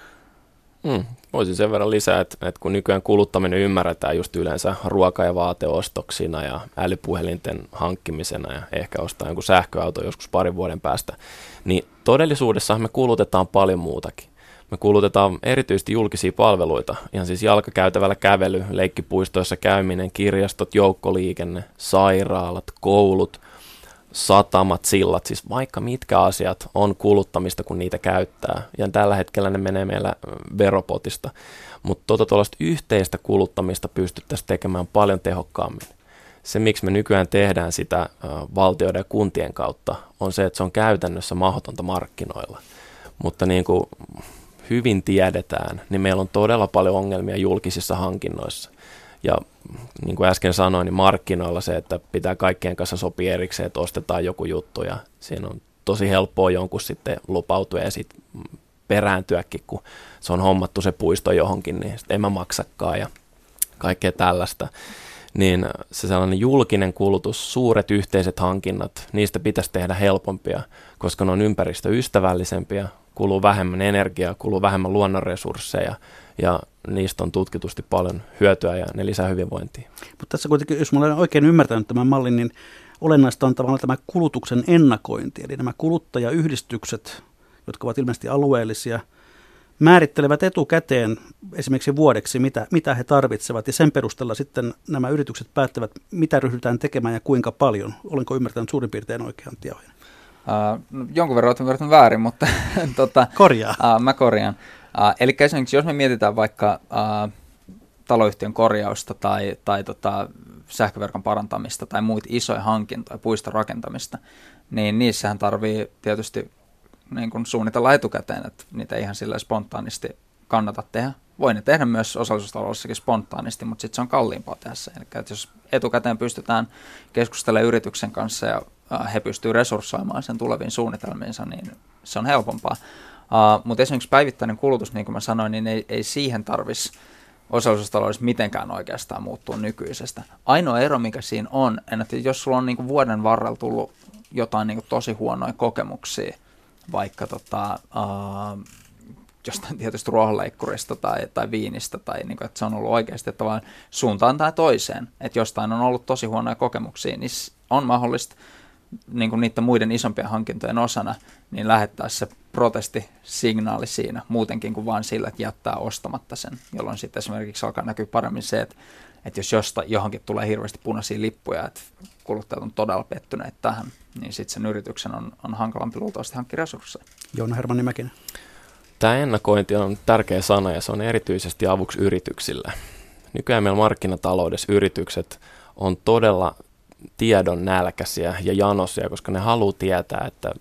Hmm, voisin sen verran lisää, että, että kun nykyään kuluttaminen ymmärretään just yleensä ruoka- ja vaateostoksina ja älypuhelinten hankkimisena ja ehkä ostaa jonkun sähköauto joskus parin vuoden päästä, niin todellisuudessa me kulutetaan paljon muutakin. Me kulutetaan erityisesti julkisia palveluita, ihan siis jalkakäytävällä kävely, leikkipuistoissa käyminen, kirjastot, joukkoliikenne, sairaalat, koulut, satamat, sillat, siis vaikka mitkä asiat on kuluttamista, kun niitä käyttää. Ja tällä hetkellä ne menee meillä veropotista. Mutta tuota tuollaista yhteistä kuluttamista pystyttäisiin tekemään paljon tehokkaammin. Se, miksi me nykyään tehdään sitä valtioiden ja kuntien kautta, on se, että se on käytännössä mahdotonta markkinoilla. Mutta niin kuin hyvin tiedetään, niin meillä on todella paljon ongelmia julkisissa hankinnoissa. Ja niin kuin äsken sanoin, niin markkinoilla se, että pitää kaikkien kanssa sopia erikseen, että ostetaan joku juttu ja siinä on tosi helppoa jonkun sitten lupautua ja sitten perääntyäkin, kun se on hommattu se puisto johonkin, niin en mä maksakaan ja kaikkea tällaista. Niin se sellainen julkinen kulutus, suuret yhteiset hankinnat, niistä pitäisi tehdä helpompia, koska ne on ympäristöystävällisempiä, kuluu vähemmän energiaa, kuluu vähemmän luonnonresursseja ja niistä on tutkitusti paljon hyötyä ja ne lisää hyvinvointia. Mutta tässä kuitenkin, jos olen oikein ymmärtänyt tämän mallin, niin olennaista on tavallaan tämä kulutuksen ennakointi. Eli nämä kuluttajayhdistykset, jotka ovat ilmeisesti alueellisia, määrittelevät etukäteen esimerkiksi vuodeksi, mitä, mitä he tarvitsevat. Ja sen perusteella sitten nämä yritykset päättävät, mitä ryhdytään tekemään ja kuinka paljon. Olenko ymmärtänyt suurin piirtein oikein, Antti Jauhiainen? Uh, no, jonkun verran olet ymmärtänyt väärin, mutta tota, korjaa. Uh, mä korjaan. Uh, eli esimerkiksi jos me mietitään vaikka uh, taloyhtiön korjausta tai, tai tota, sähköverkon parantamista tai muita isoja hankintoja, puiston rakentamista, niin niissähän tarvii tietysti niin kun suunnitella etukäteen, että niitä ei ihan sillä spontaanisti kannata tehdä. Voi ne tehdä myös osallisuustaloudessakin spontaanisti, mutta sitten se on kalliimpaa tässä. Eli että jos etukäteen pystytään keskustelemaan yrityksen kanssa ja uh, he pystyvät resurssoimaan sen tuleviin suunnitelmiinsa, niin se on helpompaa. Uh, mutta esimerkiksi päivittäinen kulutus, niin kuin mä sanoin, niin ei, ei siihen tarvitsisi osallisuustaloudessa mitenkään oikeastaan muuttua nykyisestä. Ainoa ero, mikä siinä on, että jos sulla on niin kuin vuoden varrella tullut jotain niin kuin tosi huonoja kokemuksia, vaikka tota, uh, jostain tietysti ruohonleikkurista tai, tai viinistä, tai niin kuin, että se on ollut oikeasti että vaan suuntaan tai toiseen, että jostain on ollut tosi huonoja kokemuksia, niin on mahdollista niin kuin niiden muiden isompien hankintojen osana, niin lähettää se protestisignaali siinä muutenkin kuin vain sillä, että jättää ostamatta sen, jolloin sitten esimerkiksi alkaa näkyä paremmin se, että, että jos jostain, johonkin tulee hirveästi punaisia lippuja, että kuluttajat on todella pettyneet tähän, niin sitten sen yrityksen on, on hankalampi luultavasti hankkia resursseja. Joona Hermanni Mäkinen. Tämä ennakointi on tärkeä sana ja se on erityisesti avuksi yrityksille. Nykyään meillä markkinataloudessa yritykset on todella tiedon nälkäisiä ja janoisia, koska ne haluaa tietää, että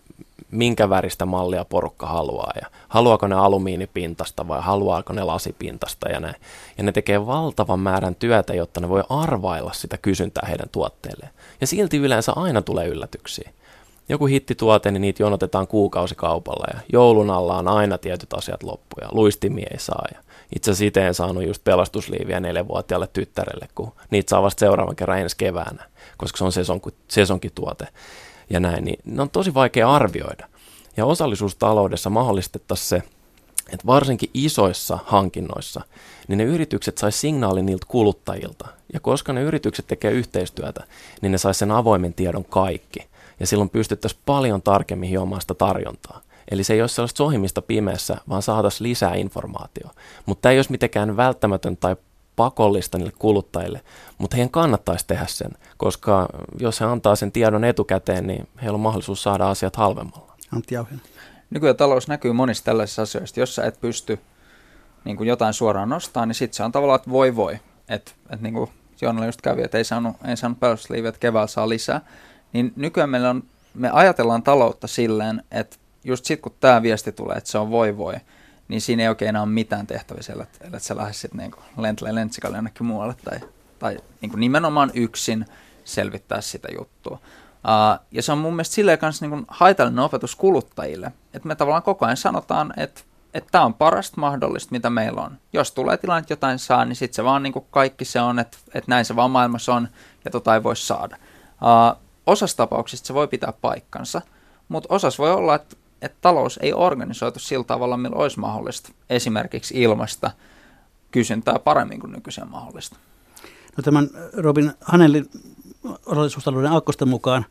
minkä väristä mallia porukka haluaa ja haluaako ne alumiinipintasta vai haluaako ne lasipintasta ja näin. Ja ne tekee valtavan määrän työtä, jotta ne voi arvailla sitä kysyntää heidän tuotteilleen. Ja silti yleensä aina tulee yllätyksiä. Joku hittituote, niin niitä jonotetaan kuukausikaupalla ja joulun alla on aina tietyt asiat loppu ja luistimia ei saa. Ja itse asiassa itse en saanut just pelastusliiviä neljänvuotiaalle tyttärelle, kun niitä saa vasta seuraavan kerran ensi keväänä, koska se on sesonki, sesonkituote ja näin. Niin ne on tosi vaikea arvioida. Ja osallisuustaloudessa mahdollistettaisiin se, että varsinkin isoissa hankinnoissa, niin ne yritykset sais signaalin niiltä kuluttajilta. Ja koska ne yritykset tekee yhteistyötä, niin ne sais sen avoimen tiedon kaikki. Ja silloin pystyttäisiin paljon tarkemmin hiomaan sitä tarjontaa. Eli se ei ole sellaista sohimista pimeässä, vaan saataisiin lisää informaatiota. Mutta tämä ei olisi mitenkään välttämätön tai pakollista niille kuluttajille, mutta heidän kannattaisi tehdä sen, koska jos he antaa sen tiedon etukäteen, niin heillä on mahdollisuus saada asiat halvemmalla. Antti Jauhinen. Nykyään talous näkyy monissa tällaisissa asioissa. Jos sä et pysty niin kuin jotain suoraan nostamaan, niin sitten se on tavallaan, että voi voi. Että et niin kuin Joonalla just kävi, että ei saanut, ei saanut pelastusliiviä, että keväällä saa lisää. Niin nykyään meillä on, me ajatellaan taloutta silleen, että just sitten kun tämä viesti tulee, että se on voi voi, niin siinä ei oikein enää ole mitään tehtävissä, että, että sä lähdet sitten niin lentelee lentsikalle jonnekin muualle tai, tai niin kuin nimenomaan yksin selvittää sitä juttua. Uh, ja se on mun mielestä silleen kanssa niin kuin haitallinen opetus kuluttajille, että me tavallaan koko ajan sanotaan, että että tämä on parasta mahdollista, mitä meillä on. Jos tulee tilanne, että jotain saa, niin sitten se vaan niin kuin kaikki se on, että, että näin se vaan maailmassa on ja tota ei voi saada. Uh, osassa tapauksista se voi pitää paikkansa, mutta osassa voi olla, että, että talous ei organisoitu sillä tavalla, millä olisi mahdollista esimerkiksi ilmasta kysyntää paremmin kuin nykyisen mahdollista. No tämän Robin Hanelin osallisuustalouden aakkosten mukaan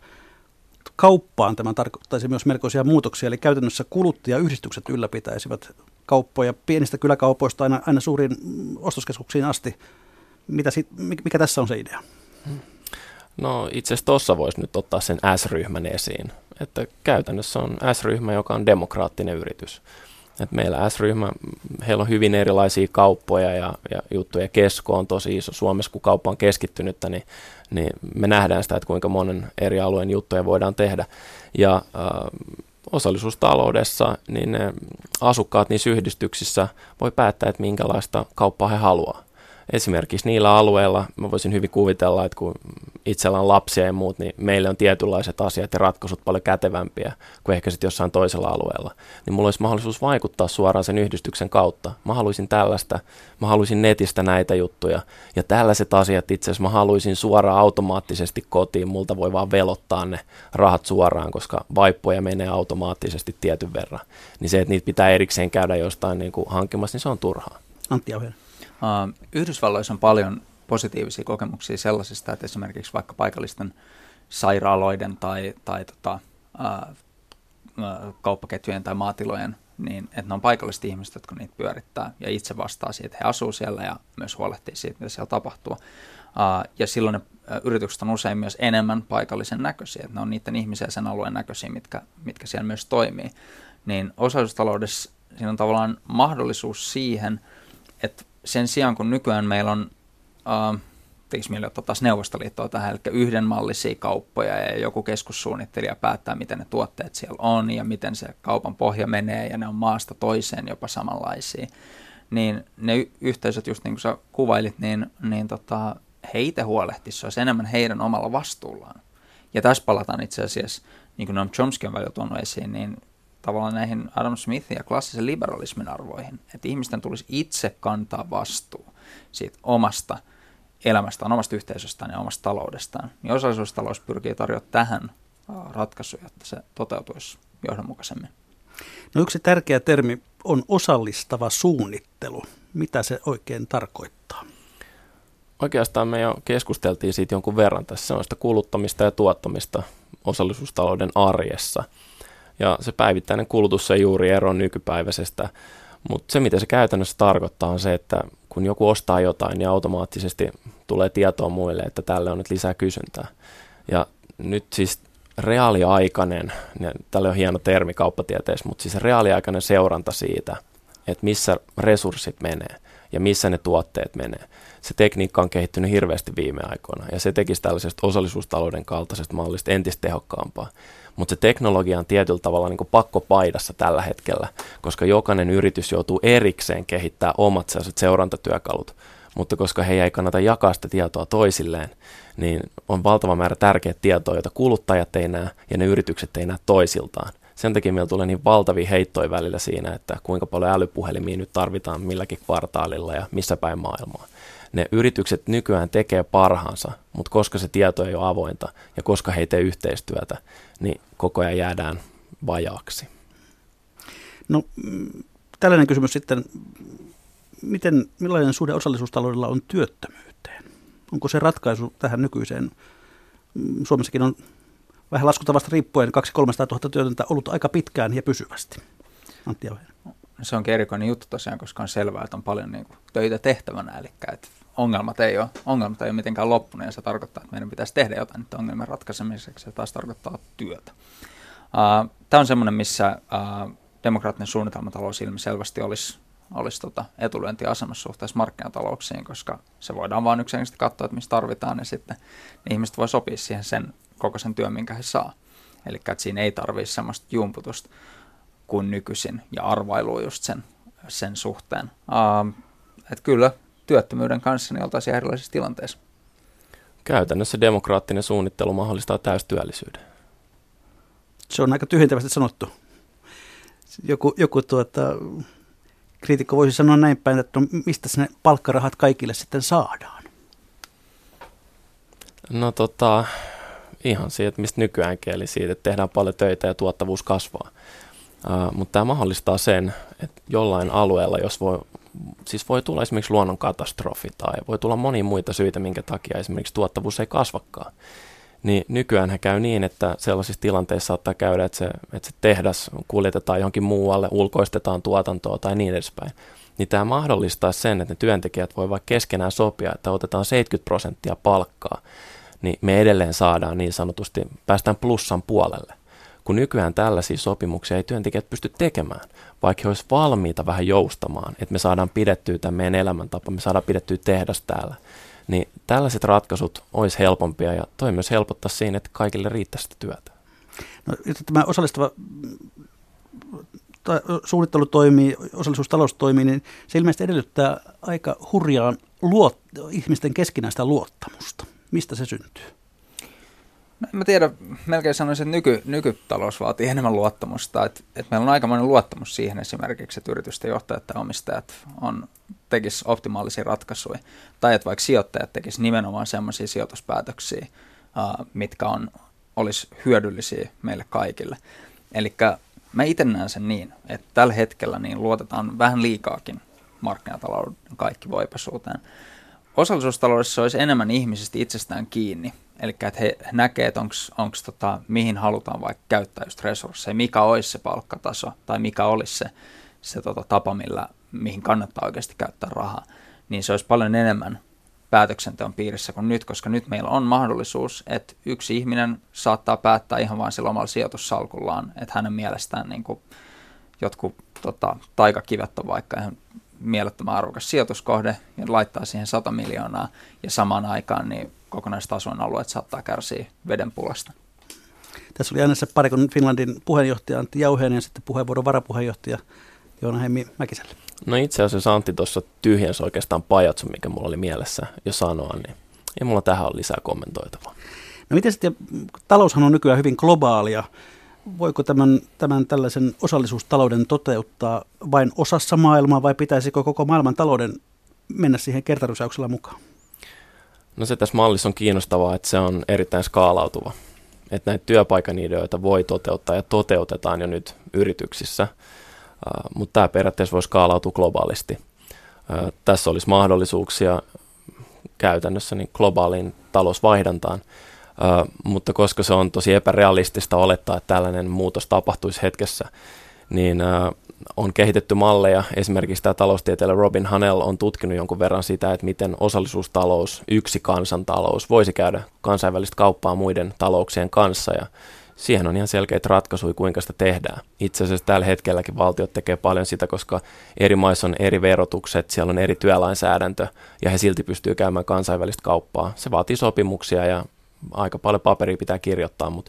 kauppaan tämä tarkoittaisi myös melkoisia muutoksia, eli käytännössä kuluttajayhdistykset ylläpitäisivät kauppoja pienistä kyläkaupoista aina, aina suuriin ostoskeskuksiin asti. Mitä sit, mikä tässä on se idea? No itse asiassa tuossa voisi nyt ottaa sen S-ryhmän esiin, että käytännössä on S-ryhmä, joka on demokraattinen yritys. Et meillä S-ryhmä, heillä on hyvin erilaisia kauppoja ja, ja juttuja. Kesko on tosi iso. Suomessa, kun kauppa on keskittynyttä, niin, niin me nähdään sitä, että kuinka monen eri alueen juttuja voidaan tehdä. Ja äh, osallisuustaloudessa niin ne asukkaat niissä yhdistyksissä voi päättää, että minkälaista kauppaa he haluaa. Esimerkiksi niillä alueilla, mä voisin hyvin kuvitella, että kun itsellä on lapsia ja muut, niin meillä on tietynlaiset asiat ja ratkaisut paljon kätevämpiä kuin ehkä sitten jossain toisella alueella. Niin mulla olisi mahdollisuus vaikuttaa suoraan sen yhdistyksen kautta. Mä haluaisin tällaista, mä haluaisin netistä näitä juttuja ja tällaiset asiat itse asiassa mä haluaisin suoraan automaattisesti kotiin. Multa voi vaan velottaa ne rahat suoraan, koska vaippoja menee automaattisesti tietyn verran. Niin se, että niitä pitää erikseen käydä jostain niin kuin hankkimassa, niin se on turhaa. Antti Jauhinen. Uh, Yhdysvalloissa on paljon positiivisia kokemuksia sellaisista, että esimerkiksi vaikka paikallisten sairaaloiden tai, tai tota, uh, uh, kauppaketjujen tai maatilojen, niin että ne on paikalliset ihmiset, jotka niitä pyörittää ja itse vastaa siitä, että he asuu siellä ja myös huolehtii siitä, mitä siellä tapahtuu. Uh, ja silloin ne uh, yritykset on usein myös enemmän paikallisen näköisiä, että ne on niiden ihmisiä sen alueen näköisiä, mitkä, mitkä siellä myös toimii. Niin osallisuustaloudessa siinä on tavallaan mahdollisuus siihen, että sen sijaan, kun nykyään meillä on, äh, tekisi mieli ottaa taas Neuvostoliittoa tähän, eli yhdenmallisia kauppoja ja joku keskussuunnittelija päättää, miten ne tuotteet siellä on ja miten se kaupan pohja menee ja ne on maasta toiseen jopa samanlaisia, niin ne y- yhteisöt, just niin kuin sä kuvailit, niin, niin tota, he itse huolehtisivat, se olisi enemmän heidän omalla vastuullaan. Ja tässä palataan itse asiassa, niin kuin Noam Chomsky on välillä tuonut esiin, niin tavallaan näihin Adam Smithin ja klassisen liberalismin arvoihin, että ihmisten tulisi itse kantaa vastuu siitä omasta elämästään, omasta yhteisöstään ja omasta taloudestaan. Niin osallisuustalous pyrkii tarjoamaan tähän ratkaisuja, että se toteutuisi johdonmukaisemmin. No yksi tärkeä termi on osallistava suunnittelu. Mitä se oikein tarkoittaa? Oikeastaan me jo keskusteltiin siitä jonkun verran tässä sellaista kuluttamista ja tuottamista osallisuustalouden arjessa. Ja se päivittäinen kulutus ei juuri ero nykypäiväisestä, mutta se mitä se käytännössä tarkoittaa on se, että kun joku ostaa jotain, niin automaattisesti tulee tietoa muille, että tälle on nyt lisää kysyntää. Ja nyt siis reaaliaikainen, tälle on hieno termi kauppatieteessä, mutta siis reaaliaikainen seuranta siitä, että missä resurssit menee ja missä ne tuotteet menee. Se tekniikka on kehittynyt hirveästi viime aikoina ja se tekisi tällaisesta osallisuustalouden kaltaisesta mallista entistä tehokkaampaa. mutta se teknologia on tietyllä tavalla niin kuin pakkopaidassa tällä hetkellä, koska jokainen yritys joutuu erikseen kehittämään omat sellaiset seurantatyökalut, mutta koska he ei kannata jakaa sitä tietoa toisilleen, niin on valtava määrä tärkeää tietoa, jota kuluttajat ei näe ja ne yritykset ei näe toisiltaan. Sen takia meillä tulee niin valtavia heittoja välillä siinä, että kuinka paljon älypuhelimia nyt tarvitaan milläkin kvartaalilla ja missä päin maailmaa. Ne yritykset nykyään tekee parhaansa, mutta koska se tieto ei ole avointa ja koska he ei tee yhteistyötä, niin koko ajan jäädään vajaaksi. No tällainen kysymys sitten, miten, millainen suhde osallisuustaloudella on työttömyyteen? Onko se ratkaisu tähän nykyiseen? Suomessakin on vähän laskutavasta riippuen kaksi kolmesataa tuhatta työtöntä ollut aika pitkään ja pysyvästi. Antti Jauheen. Se onkin erikoinen juttu tosiaan, koska on selvää, että on paljon niin kuin töitä tehtävänä, eli että ongelmat ei ole, ongelmat ei ole mitenkään loppunut, ja se tarkoittaa, että meidän pitäisi tehdä jotain nyt ongelmien ratkaisemiseksi, ja taas tarkoittaa työtä. Uh, Tämä on semmoinen, missä uh, demokraattinen suunnitelmatalous ilmiselvästi olisi, olisi tota etulyöntiasemassa suhteessa markkinatalouksiin, koska se voidaan vain yksinkertaisesti katsoa, että missä tarvitaan, ja sitten ne ihmiset voi sopia siihen sen koko sen työn, minkä he saa. Eli että siinä ei tarvitse semmoista jumputusta kuin nykyisin ja arvailua just sen, sen suhteen. Uh, että kyllä työttömyyden kanssa niin oltaisiin erilaisissa tilanteissa. Käytännössä demokraattinen suunnittelu mahdollistaa täystyöllisyyden. Se on aika tyhjentävästi sanottu. Joku, joku tuota, kriitikko voisi sanoa näin päin, että no, mistä ne palkkarahat kaikille sitten saadaan? No tota, ihan siitä, mistä nykyäänkin, eli siitä, että tehdään paljon töitä ja tuottavuus kasvaa. Uh, mutta tämä mahdollistaa sen, että jollain alueella, jos voi, siis voi tulla esimerkiksi luonnonkatastrofi tai voi tulla monia muita syitä, minkä takia esimerkiksi tuottavuus ei kasvakaan, niin nykyäänhän käy niin, että sellaisissa tilanteissa saattaa käydä, että se, että se tehdas kuljetetaan johonkin muualle, ulkoistetaan tuotantoa tai niin edespäin. Niin tämä mahdollistaa sen, että ne työntekijät voi vaikka keskenään sopia, että otetaan seitsemänkymmentä prosenttia palkkaa, niin me edelleen saadaan niin sanotusti, päästään plussan puolelle. Kun nykyään tällaisia sopimuksia ei työntekijät pysty tekemään, vaikka he olisivat valmiita vähän joustamaan, että me saadaan pidettyä tämän meidän elämäntapa, me saadaan pidettyä tehdas täällä, niin tällaiset ratkaisut olisi helpompia ja toi myös helpottaa siinä, että kaikille riittäisi sitä työtä. No, tämä osallistava suunnittelu toimii, osallisuustalous toimii, niin se ilmeisesti edellyttää aika hurjaan luot, ihmisten keskinäistä luottamusta. Mistä se syntyy? No, en mä tiedä, melkein sanoisin, että nyky, nykytalous vaatii enemmän luottamusta. Että, että meillä on aikamoinen luottamus siihen esimerkiksi, että yritysten johtajat ja omistajat on, tekis optimaalisia ratkaisuja. Tai että vaikka sijoittajat tekis nimenomaan sellaisia sijoituspäätöksiä, uh, mitkä on, olisi hyödyllisiä meille kaikille. Eli mä itse näen sen niin, että tällä hetkellä niin luotetaan vähän liikaakin markkinatalouden kaikkivoipaisuuteen. Osallisuustaloudessa olisi enemmän ihmisistä itsestään kiinni. Eli että he näkevät, että onko tota, mihin halutaan vaikka käyttää just resursseja, mikä olisi se palkkataso tai mikä olisi se, se tota, tapa, millä, mihin kannattaa oikeasti käyttää rahaa. Niin se olisi paljon enemmän päätöksenteon piirissä kuin nyt, koska nyt meillä on mahdollisuus, että yksi ihminen saattaa päättää ihan vain sillä omalla sijoitussalkullaan, että hänen mielestään niin kuin jotkut tota, taikakivet on vaikka ihan mielettömän arvokas sijoituskohde ja laittaa siihen sata miljoonaa ja samaan aikaan niin kokonaiset asuinalueet saattaa kärsiä veden pulasta. Tässä oli äänessä Parikon Finlandin puheenjohtaja Antti Jauheinen ja sitten puheenvuoron varapuheenjohtaja Joona Hemmi Mäkiselle. No itse asiassa Antti tuossa tyhjensi oikeastaan pajatson, mikä mulla oli mielessä jo sanoa, niin ei mulla tähän ole lisää kommentoitavaa. No miten sitten, taloushan on nykyään hyvin globaalia. Voiko tämän, tämän tällaisen osallisuustalouden toteuttaa vain osassa maailmaa vai pitäisikö koko maailman talouden mennä siihen kertarysäyksellä mukaan? No se tässä mallissa on kiinnostavaa, että se on erittäin skaalautuva. Että näitä työpaikan ideoita voi toteuttaa ja toteutetaan jo nyt yrityksissä, uh, mutta tämä periaatteessa voi skaalautua globaalisti. Uh, tässä olisi mahdollisuuksia käytännössä niin globaaliin talousvaihdantaan, uh, mutta koska se on tosi epärealistista olettaa, että tällainen muutos tapahtuisi hetkessä, niin uh, on kehitetty malleja. Esimerkiksi tämä taloustieteilijä Robin Hanel on tutkinut jonkun verran sitä, että miten osallisuustalous, yksi kansantalous, voisi käydä kansainvälistä kauppaa muiden talouksien kanssa. Ja siihen on ihan selkeitä ratkaisuja, kuinka sitä tehdään. Itse asiassa tällä hetkelläkin valtiot tekee paljon sitä, koska eri maissa on eri verotukset, siellä on eri työlainsäädäntö ja he silti pystyy käymään kansainvälistä kauppaa. Se vaatii sopimuksia ja aika paljon paperia pitää kirjoittaa, mutta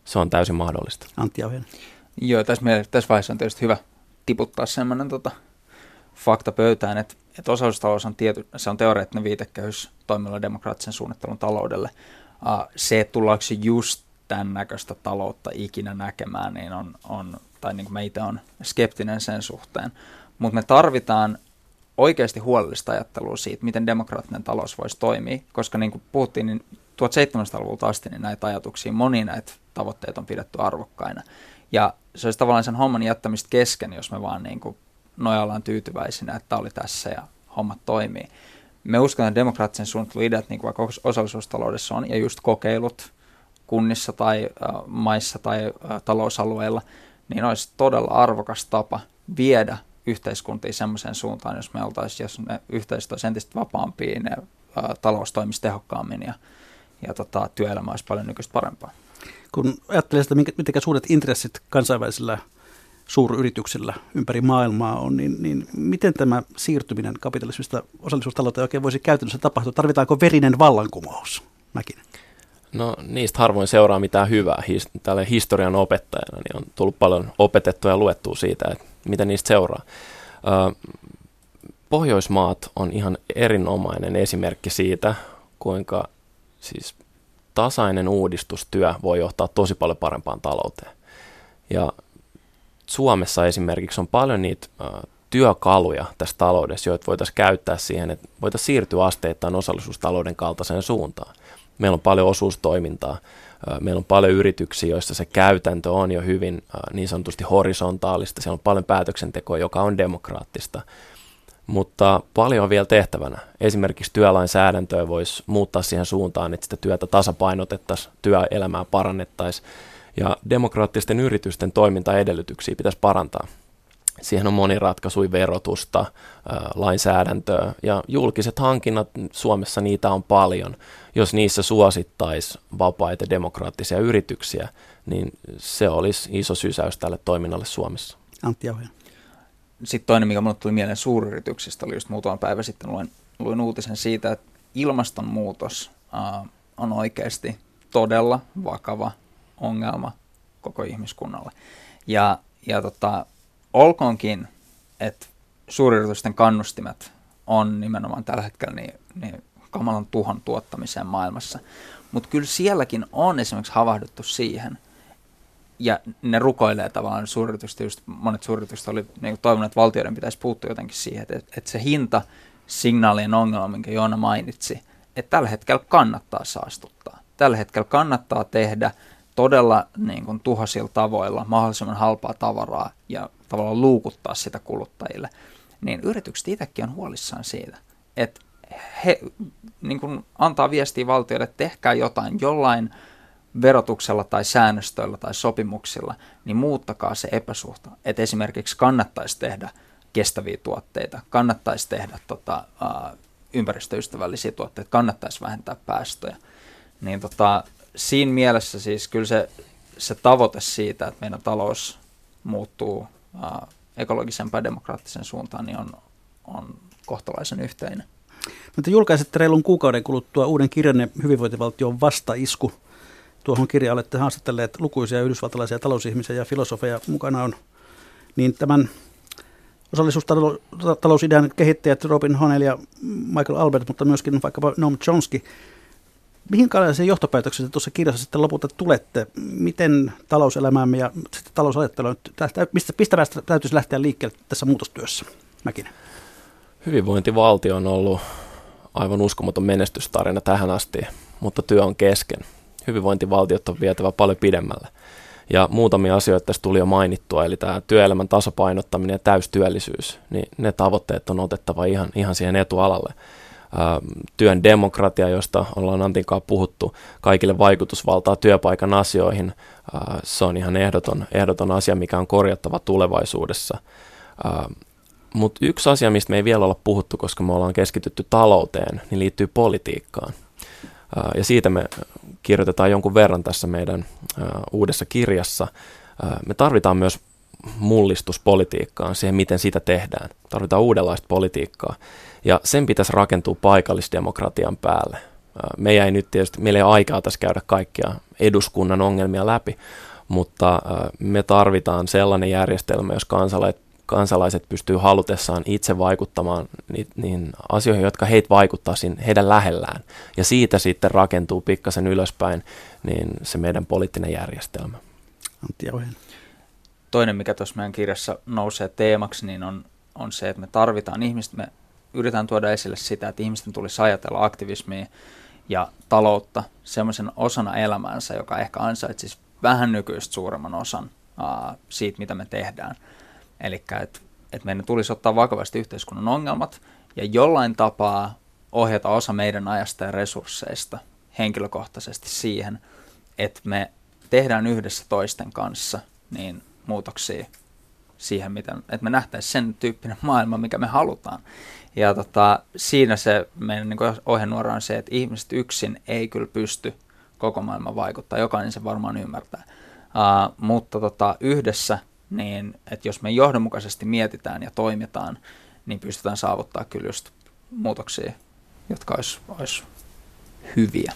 se on täysin mahdollista. Antti Auhiainen. Joo, tässä, tässä vaiheessa on tietysti hyvä tiputtaa semmoinen tota, fakta pöytään, että, että osallisuustalous on, tiety, se on teoreettinen viitekehys toimivalle demokraattisen suunnittelun taloudelle. Uh, se, että tullaanko just tämän näköistä taloutta ikinä näkemään, niin on, on tai niin kuin mä itse olen skeptinen sen suhteen. Mutta me tarvitaan oikeasti huolellista ajattelua siitä, miten demokraattinen talous voisi toimia, koska niin kuin puhuttiin, niin tuhatseitsemänsataaluvulta asti niin näitä ajatuksia, moni näitä tavoitteita on pidetty arvokkaina. Ja se olisi tavallaan sen homman jättämistä kesken, jos me vaan niin kuin nojallaan tyytyväisinä, että tämä oli tässä ja hommat toimii. Me uskotaan, että demokraattisen suunnittelun ideat, niin kuin vaikka osallisuustaloudessa on, ja just kokeilut kunnissa tai äh, maissa tai äh, talousalueilla, niin olisi todella arvokas tapa viedä yhteiskuntia semmoiseen suuntaan, jos me oltaisiin, jos ne yhteisöt olisi entistä vapaampia, ne äh, talous toimisi tehokkaammin ja, ja tota, työelämä olisi paljon nykyistä parempaa. Kun ajattelee sitä, miten suuret intressit kansainvälisillä suuryrityksillä ympäri maailmaa on, niin, niin miten tämä siirtyminen kapitalismista osallisuustalouteen oikein voisi käytännössä tapahtua? Tarvitaanko verinen vallankumous? Mäkinen. No niistä harvoin seuraa mitään hyvää. Tällä historian opettajana niin on tullut paljon opetettua ja luettua siitä, että mitä niistä seuraa. Pohjoismaat on ihan erinomainen esimerkki siitä, kuinka siis tasainen uudistustyö voi johtaa tosi paljon parempaan talouteen. Ja Suomessa esimerkiksi on paljon niitä työkaluja tässä taloudessa, joita voitaisiin käyttää siihen, että voitaisiin siirtyä asteittain osallisuustalouden kaltaiseen suuntaan. Meillä on paljon osuustoimintaa, meillä on paljon yrityksiä, joissa se käytäntö on jo hyvin niin sanotusti horisontaalista, siellä on paljon päätöksentekoa, joka on demokraattista, mutta paljon on vielä tehtävänä. Esimerkiksi työlainsäädäntöä voisi muuttaa siihen suuntaan, että sitä työtä tasapainotettaisiin, työelämää parannettaisiin ja demokraattisten yritysten toimintaedellytyksiä pitäisi parantaa. Siihen on moni ratkaisuja, verotusta, lainsäädäntöä ja julkiset hankinnat Suomessa niitä on paljon. Jos niissä suosittaisi vapaita demokraattisia yrityksiä, niin se olisi iso sysäys tälle toiminnalle Suomessa. Antti Auhiainen. Sitten toinen, mikä minulle tuli mieleen suuryrityksistä, oli just muutama päivä sitten luin, luin uutisen siitä, että ilmastonmuutos äh, on oikeasti todella vakava ongelma koko ihmiskunnalle. Ja, ja tota, olkoonkin, että suuryritysten kannustimet on nimenomaan tällä hetkellä niin, niin kamalan tuhon tuottamiseen maailmassa. Mutta kyllä sielläkin on esimerkiksi havahduttu siihen, ja ne rukoilee tavallaan suuryritykset, just monet suuryritykset oli niin toivonut, että valtioiden pitäisi puuttua jotenkin siihen, että, että se hinta signaalien ongelma, minkä Joona mainitsi, että tällä hetkellä kannattaa saastuttaa. Tällä hetkellä kannattaa tehdä todella niin kuin tuhaisilla tavoilla mahdollisimman halpaa tavaraa ja tavallaan luukuttaa sitä kuluttajille. Niin yritykset itsekin on huolissaan siitä, että he niin kuin antaa viestiä valtioille, että tehkää jotain jollain verotuksella tai säännöstöillä tai sopimuksilla, niin muuttakaa se epäsuhta. Että esimerkiksi kannattaisi tehdä kestäviä tuotteita, kannattaisi tehdä tota, ä, ympäristöystävällisiä tuotteita, kannattaisi vähentää päästöjä. Niin tota, siinä mielessä siis kyllä se, se tavoite siitä, että meidän talous muuttuu ä, ekologisempaan ja demokraattisen suuntaan, niin on, on kohtalaisen yhteinen. Mutta julkaisette reilun kuukauden kuluttua uuden kirjanne Hyvinvointivaltion vastaisku. Tuohon kirjaan olette haastatelleet lukuisia yhdysvaltalaisia talousihmisiä ja filosofeja mukana on. Niin tämän osallisuustalousidean kehittäjät Robin Hahnel ja Michael Albert, mutta myöskin vaikkapa Noam Chomsky. Mihinkälaisia johtopäätöksiä tuossa kirjassa sitten lopulta tulette? Miten talouselämäämme ja sitten talousajattelua, mistä, mistä päästä täytyisi lähteä liikkeelle tässä muutostyössä? Mäkinen. Hyvinvointivaltio on ollut aivan uskomaton menestystarina tähän asti, mutta työ on kesken. Hyvinvointivaltiot on vietävä paljon pidemmälle. Ja muutamia asioita tässä tuli jo mainittua, eli tämä työelämän tasapainottaminen ja täystyöllisyys, niin ne tavoitteet on otettava ihan, ihan siihen etualalle. Työn demokratia, josta ollaan Antinkaan puhuttu, kaikille vaikutusvaltaa työpaikan asioihin, se on ihan ehdoton, ehdoton asia, mikä on korjattava tulevaisuudessa. Mutta yksi asia, mistä me ei vielä olla puhuttu, koska me ollaan keskitytty talouteen, niin liittyy politiikkaan. Ja siitä me kirjoitetaan jonkun verran tässä meidän uudessa kirjassa. Me tarvitaan myös mullistuspolitiikkaan, siihen miten sitä tehdään. Tarvitaan uudenlaista politiikkaa ja sen pitäisi rakentua paikallisdemokratian päälle. Meillä ei nyt tietysti, meillä ei ole aikaa tässä käydä kaikkia eduskunnan ongelmia läpi, mutta me tarvitaan sellainen järjestelmä, jos kansalaiset, kansalaiset pystyy halutessaan itse vaikuttamaan ni, niin asioihin, jotka heitä vaikuttaa siinä heidän lähellään. Ja siitä sitten rakentuu pikkasen ylöspäin niin se meidän poliittinen järjestelmä. Antti Jauhiainen. Toinen, mikä tuossa meidän kirjassa nousee teemaksi, niin on, on se, että me tarvitaan ihmistä, me yritetään tuoda esille sitä, että ihmisten tulisi ajatella aktivismia ja taloutta semmoisen osana elämäänsä, joka ehkä ansaitsisi vähän nykyistä suuremman osan aa, siitä, mitä me tehdään. Eli että et meidän tulisi ottaa vakavasti yhteiskunnan ongelmat ja jollain tapaa ohjata osa meidän ajasta ja resursseista henkilökohtaisesti siihen, että me tehdään yhdessä toisten kanssa niin muutoksia siihen, miten, että me nähtäisiin sen tyyppinen maailma, mikä me halutaan. Ja tota, siinä se meidän niin kuin ohjenuora on se, että ihmiset yksin ei kyllä pysty koko maailman vaikuttaa. Jokainen se varmaan ymmärtää. Uh, mutta tota, yhdessä, niin, että jos me johdonmukaisesti mietitään ja toimitaan, niin pystytään saavuttaa kyllä just muutoksia, jotka olisi, olisi hyviä.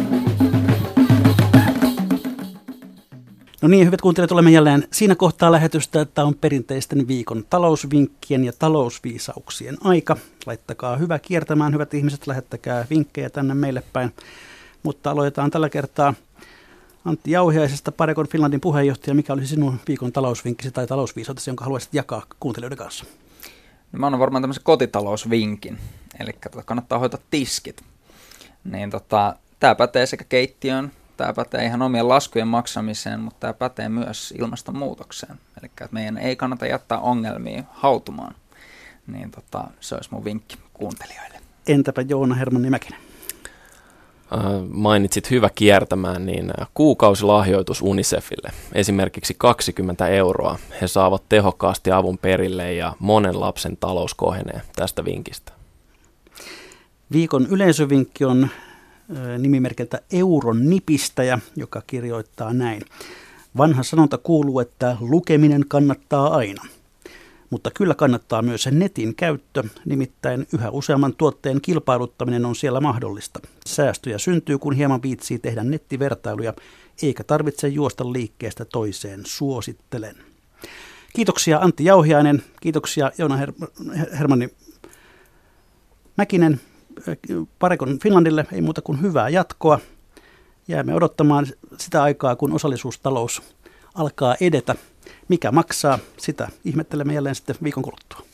No niin, hyvät kuuntelijat, olemme jälleen siinä kohtaa lähetystä, että on perinteisten viikon talousvinkkien ja talousviisauksien aika. Laittakaa hyvä kiertämään, hyvät ihmiset, lähettäkää vinkkejä tänne meille päin. Mutta aloitetaan tällä kertaa Antti Jauhiaisesta, Parecon Finlandin puheenjohtaja. Mikä olisi sinun viikon talousvinkkisi tai talousviisautesi, jonka haluaisit jakaa kuuntelijoiden kanssa? No, mä annan varmaan tämmöisen kotitalousvinkin, eli kannattaa hoitaa tiskit. Niin tota, tämä pätee sekä keittiöön, tämä pätee ihan omien laskujen maksamiseen, mutta tämä pätee myös ilmastonmuutokseen. Eli että meidän ei kannata jättää ongelmia hautumaan. Niin tota, se olisi mun vinkki kuuntelijoille. Entäpä Joona Hermanni Mäkinen? Mainitsit hyvä kiertämään, niin kuukausilahjoitus UNICEFille, esimerkiksi kaksikymmentä euroa. He saavat tehokkaasti avun perille ja monen lapsen talous kohenee tästä vinkistä. Viikon yleisövinkki on nimimerkiltä Euron nipistäjä, joka kirjoittaa näin. Vanha sanonta kuuluu, että lukeminen kannattaa aina. Mutta kyllä kannattaa myös netin käyttö, nimittäin yhä useamman tuotteen kilpailuttaminen on siellä mahdollista. Säästöjä syntyy, kun hieman viitsii tehdä nettivertailuja, eikä tarvitse juosta liikkeestä toiseen, suosittelen. Kiitoksia Antti Jauhiainen, kiitoksia Joona Her- Hermanni Mäkinen, Parecon Finlandille, ei muuta kuin hyvää jatkoa. Jäämme odottamaan sitä aikaa, kun osallisuustalous alkaa edetä. Mikä maksaa, sitä ihmettelemme jälleen sitten viikon kuluttua.